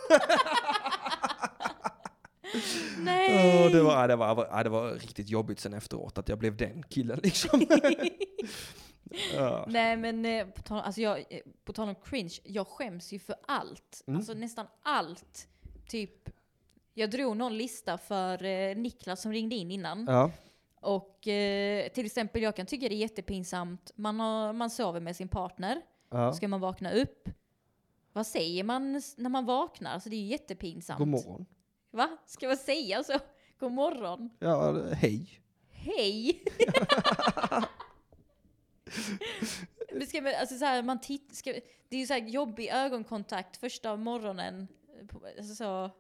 Nej. Oh, det, var, det, var, det var riktigt jobbigt sen efteråt att jag blev den killen liksom. Ja. Nej men eh, på tal, alltså jag, eh, på tal om cringe, jag skäms ju för allt. Mm. Alltså nästan allt. Typ, jag drog någon lista för eh, Niklas som ringde in innan. Ja. Och eh, till exempel jag kan tycka det är jättepinsamt. Man, har, man sover med sin partner. Ja. Ska man vakna upp? Vad säger man när man vaknar? Alltså det är ju jättepinsamt. God morgon. Va? Ska man säga så? God morgon. Ja, hej. Hej. Men ska man, alltså så här, man titt, ska, det är ju så här jobbig ögonkontakt första morgonen. Alltså så.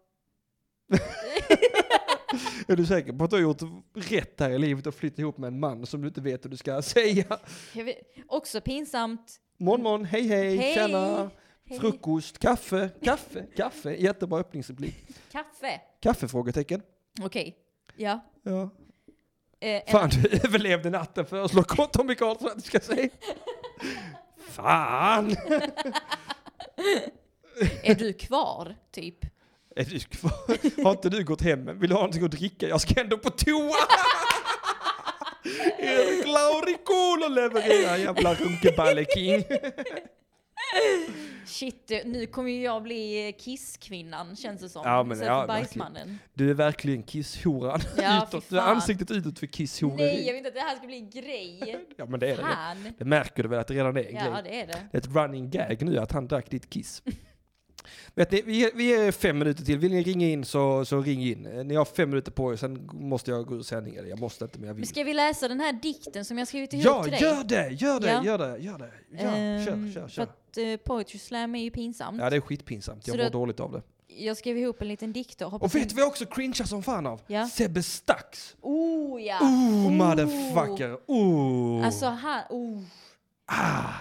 Är du säker på att du har gjort rätt här i livet och flyttat ihop med en man som du inte vet hur du ska säga? Jag vet, också pinsamt. Morgon, morgon, hej, hej, hej. tjena. Hej. Frukost, kaffe, kaffe, kaffe. Jättebra öppningsreplik. Kaffe. Kaffe, frågetecken. Okej, okay. Ja. Ja. Eh, Fan, du överlevde natten, föreslår Tommy Karlsson att du ska säga. Fan! Är du kvar, typ? Är du kvar? Har inte du gått hem? Vill du ha något att dricka? Jag ska ändå på toa! Erik Laurikolo levererar, jävla runkeballeking. Shit, nu kommer ju jag bli kisskvinnan, känns det som. Ja, men, ja, bajsmannen. Du är verkligen kisshoran. Ja, utåt. Du är ansiktet utåt för kisshoror. Nej, jag vet inte att det här ska bli en grej. Ja, men det är Fan. det. Det märker du väl att det redan är en ja, grej. Ja, det är det. Det är ett running gag nu att han drack ditt kiss. Vet ni, vi är, vi är fem minuter till. Vill ni ringa in så, så ring in. Ni har fem minuter på er, sen måste jag gå ur sändningen. Jag måste inte, men jag vill. Men ska vi läsa den här dikten som jag skrivit ihop ja, till dig? Ja, gör det, gör det, ja. gör det, gör det. Ja, um, kör, kör, kör. För att uh, Poetry Slam är ju pinsamt. Ja, det är skitpinsamt. Jag så mår då, dåligt av det. Jag skrev ihop en liten dikt och Och vet vi också cringear som fan av? Ja. Sebbe Stax. Oh, ja. Oh, oh. motherfucker. Oh. Alltså, han... Oh. Ah.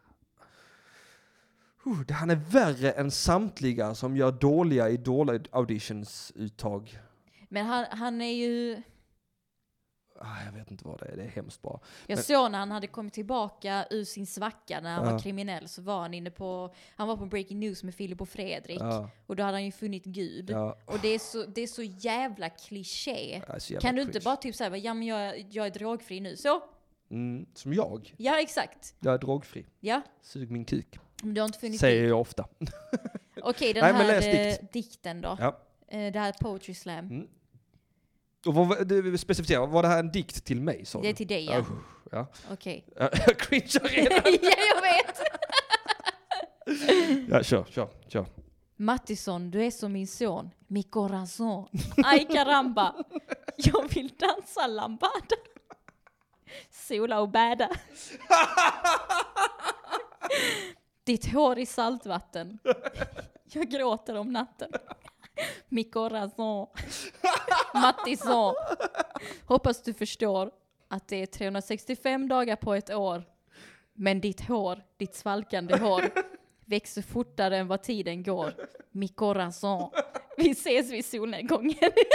Uh, det han är värre än samtliga som gör dåliga Idol-auditions-uttag. Men han, han är ju... Ah, jag vet inte vad det är, det är hemskt bra. Jag Men... såg när han hade kommit tillbaka ur sin svacka när han ja. var kriminell, så var han inne på, han var på Breaking News med Filip och Fredrik. Ja. Och då hade han ju funnit Gud. Ja. Och det är så, det är så jävla kliché. Ja, så jävla kan du cringe. inte bara typ säga, ja men jag, jag är drogfri nu, så? Mm, som jag. Ja, exakt. Jag är drogfri. Ja. Sug min kuk. Men du har inte funnit Säger Gud. jag ofta. Okej, den Nej, här dikt. eh, dikten då. Ja. Eh, det här är Poetry Slam. Mm. Och vad, du specificerar, var det här en dikt till mig? Så det är till dig, ja. Oh, ja. Okej. Jag cringear redan. Ja, jag vet. Ja, kör, kör, kör. Mattisson, du är som min son. Mi corazón. Ay caramba. Jag vill dansa lambada. Sola och bäda. Ditt hår i saltvatten. Jag gråter om natten. Mi corazón. Mattisson. Hoppas du förstår att det är trehundrasextiofem dagar på ett år. Men ditt hår, ditt svalkande hår, växer fortare än vad tiden går. Mi corazón. Vi ses vid solnedgången.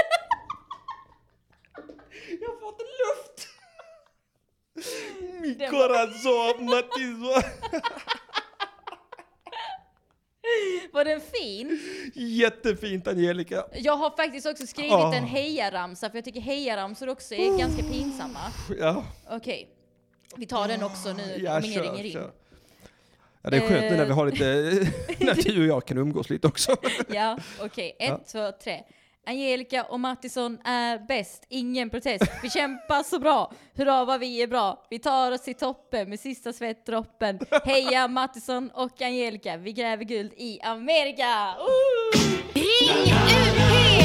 Jag får inte luft. Mi corazón, Mattisson. Var den fin? Jättefint, Angelica. Jag har faktiskt också skrivit oh. en hejaramsa, för jag tycker hejaramsor också är oh. ganska pinsamma. Ja. Okej, okay. Vi tar den också nu ja, om ingen kör, ringer in. Kör. Ja, det är skönt nu när vi har lite, när du och jag kan umgås lite också. Ja, okej. Okay. Ett, ja. två, tre. Angelica och Mattisson är bäst. Ingen protest. Vi kämpar så bra. Hurra vad vi är bra. Vi tar oss till toppen med sista svettdroppen. Heja Mattisson och Angelica. Vi gräver guld i Amerika. Uh! Ring U P!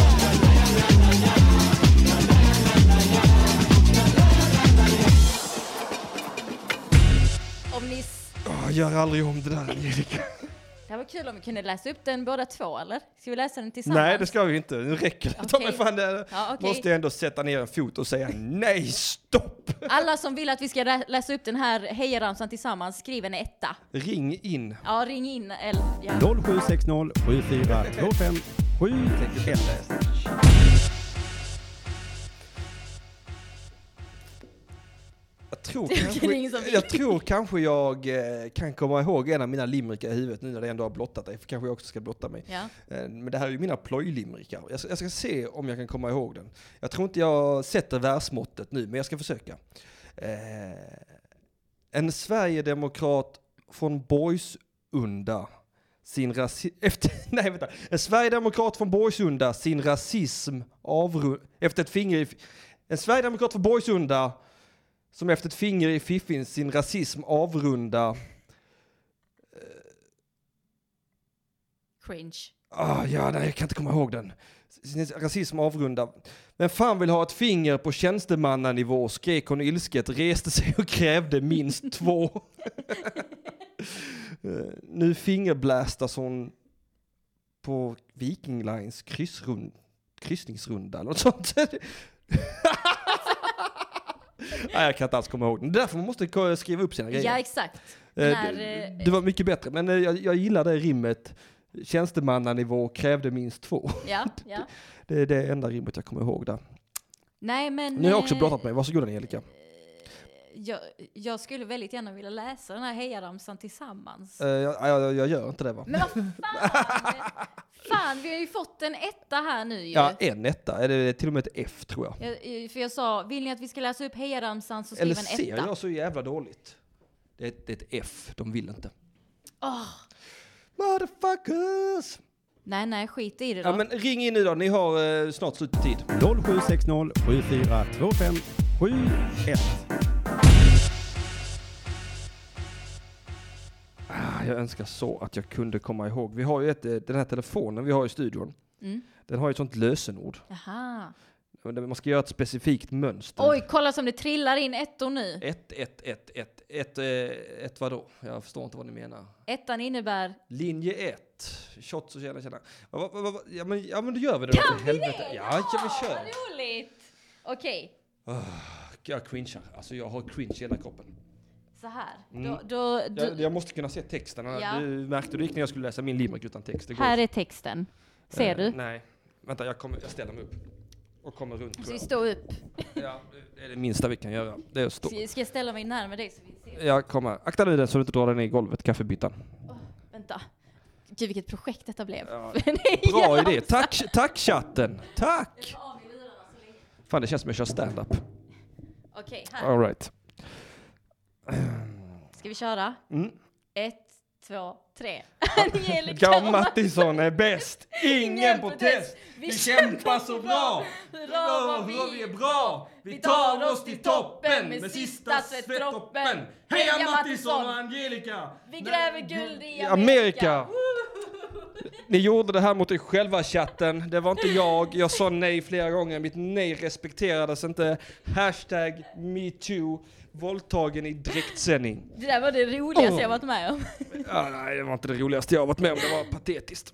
Om ni... Oh, gör aldrig om det där, Angelica. Det var kul om vi kunde läsa upp den båda två, eller? Ska vi läsa den tillsammans? Nej, det ska vi inte. Nu räcker det. Okay. Fan, det ja, okay. måste jag ändå sätta ner en fot och säga nej, stopp! Alla som vill att vi ska läsa upp den här hejaramsan tillsammans, skriv en etta. Ring in. Ja, ring in. Eller, ja. noll sju sex noll sju fyra två fem sju ett. Jag tror, kanske, jag tror kanske jag eh, kan komma ihåg en av mina limerickar i huvudet nu när det ändå har blottat dig. För kanske jag också ska blotta mig. Ja. Eh, men det här är ju mina plojlimerickar. Jag, jag ska se om jag kan komma ihåg den. Jag tror inte jag sätter versmåttet nu, men jag ska försöka. Eh, en Sverigedemokrat från Borgsunda sin rasism... Efter... Nej, vänta. En Sverigedemokrat från Borgsunda sin rasism avrundar... Efter ett finger i... En Sverigedemokrat från Borgsunda som efter ett finger i fiffin sin rasism avrunda... Cringe. Ah, ja, nej, jag kan inte komma ihåg den. Sin rasism avrunda. Men fan vill ha ett finger på tjänstemannanivå, skrek hon ilsket, reste sig och krävde minst två. Nu fingerblastas hon på Viking Lines kryssrund, kryssningsrunda eller något sånt. Nej, jag kan inte alls komma ihåg den. Därför man måste skriva upp sina grejer. Ja, exakt. Här, det, det var mycket bättre, men jag, jag gillar det rimmet. Tjänstemannanivå krävde minst två. Ja, ja. Det är det enda rimmet jag kommer ihåg där. Nej, men... Nu har jag också blottat mig. Varsågod, Angelica. Jag, jag skulle väldigt gärna vilja läsa den här hejaramsan tillsammans. Uh, jag, jag, jag gör inte det, va? Men vad fan! Fan, vi har ju fått en etta här nu ju. Ja, en etta. Är det till och med ett F, tror jag. jag för jag sa, vill ni att vi ska läsa upp hejaramsan så skriv en etta. Eller ser jag så jävla dåligt? Det är, det är ett F. De vill inte. Oh. Motherfuckers! Nej, nej, skit i det då. Ja, men ring in nu då. Ni har uh, snart slut på tid. noll sju sex noll sju fyra två fem sju ett. Ah, jag önskar så att jag kunde komma ihåg. Vi har ju ett, den här telefonen vi har i studion. Mm. Den har ju ett sånt lösenord. Jaha. Man ska göra ett specifikt mönster. Oj, kolla som det trillar in ettor nu. Ett, ett, ett, ett, ett, ett, ett vadå? Jag förstår inte vad ni menar. Ettan innebär... Linje ett. Shots och tjena, tjena. Va, va, va, ja, men, ja, men då gör vi det. Kan vi det? Ja, ja, vi kör. Vad roligt. Okej. Okay. Oh, jag cringear. Alltså jag har cringe i hela kroppen. Så här. Mm. Då, då, då... Jag, jag måste kunna se texten. Ja. Du märkte du gick när jag skulle läsa min limerick utan text. Det går här inte. är texten. Ser uh, du? Nej. Vänta, jag, kommer, jag ställer mig upp. Och kommer runt. Så vi står upp. Ja, det är det minsta vi kan göra. Det är att stå. Ska jag ställa mig närmare dig så vi ser? Jag kommer. Akta dig den så du inte drar den i golvet, kaffebytan. Oh, vänta. Gud, vilket projekt detta blev. Ja, bra idé. Tack, tack chatten. Tack. Fan, det känns som jag kör stand-up. Okej, okay, här. All right. Ska vi köra? Mm. Ett, två, tre. Gav Mattisson är bäst. Ingen på test. Vi kämpar så bra. Hurra, vi är bra. Vi tar oss till toppen med sista svettdroppen. Heja Mattisson och Angelica. Vi gräver guld i Amerika. Amerika. Ni gjorde det här mot er själva, chatten. Det var inte jag. Jag sa nej flera gånger. Mitt nej respekterades inte. Hashtag MeToo. Våldtagen i direktsändning. Det där var det roligaste oh. jag varit med om. Ja, nej, det var inte det roligaste jag varit med om. Det var patetiskt.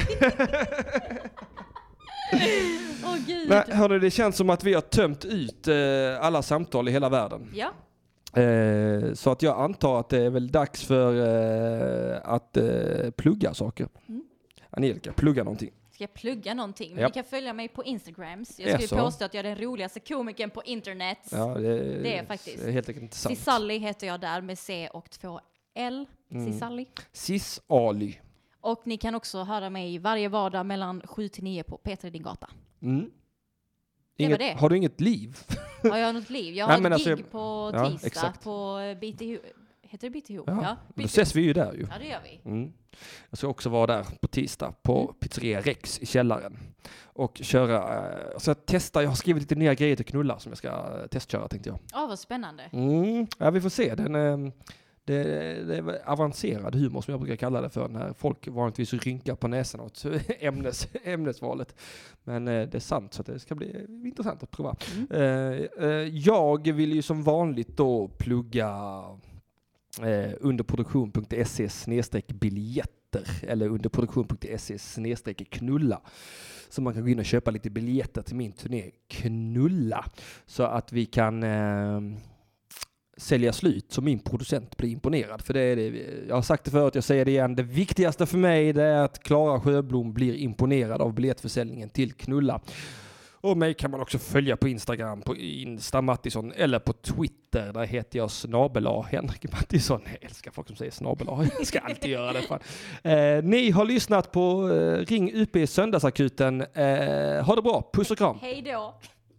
Åh, Gud. Nej, hörde, det känns som att vi har tömt ut eh, alla samtal i hela världen. Ja. Eh, så att jag antar att det är väl dags för eh, att eh, plugga saker. Mm. Angelica, plugga någonting. Ska jag plugga någonting? Men ja. Ni kan följa mig på Instagrams. Jag skulle yes, påstå att jag är den roligaste komikern på internet. Ja, det, det är faktiskt. Det är helt enkelt inte sant. Cisalli heter jag där med C och två L. Mm. Cisalli. Cis-Ali. Och ni kan också höra mig varje vardag mellan sju till nio på Peter i din gata. Mm. Det Inget, var det. Har du inget liv? Har jag något liv? Jag har Nej, ett gig alltså, på tisdag ja, på B T H. Heter det B T H? Ja, ja då ses vi ju där ju. Ja, det gör vi. Mm. Jag ska också vara där på tisdag på mm. Pizzeria Rex i källaren. Och köra, så jag testar, jag har skrivit lite nya grejer till knulla som jag ska testköra tänkte jag. Ja, oh, vad spännande. Mm. Ja, vi får se. Den, det, det är avancerad humor som jag brukar kalla det för när folk vanligtvis rynkar på näsan åt ämnes, ämnesvalet. Men det är sant så att det ska bli intressant att prova. Mm. Jag vill ju som vanligt då plugga Eh, underproduktion punkt se snedstreck biljetter eller underproduktion punkt se snedstreck knulla så man kan gå in och köpa lite biljetter till min turné Knulla så att vi kan eh, sälja slut så min producent blir imponerad för det är det, jag har sagt det förut, jag säger det igen, det viktigaste för mig det är att Klara Sjöblom blir imponerad av biljettförsäljningen till Knulla. Och mig kan man också följa på Instagram, på Insta Mattisson eller på Twitter. Där heter jag snabel-a Henrik Mattisson. Jag älskar folk som säger snabel-a. Jag ska alltid göra det. Fan. Eh, ni har lyssnat på eh, Ring U P Söndagsakuten. Eh, ha det bra. Puss och kram. Hej då.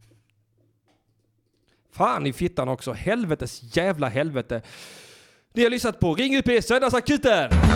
Fan i fittan också. Helvetes jävla helvete. Ni har lyssnat på Ring U P Söndagsakuten.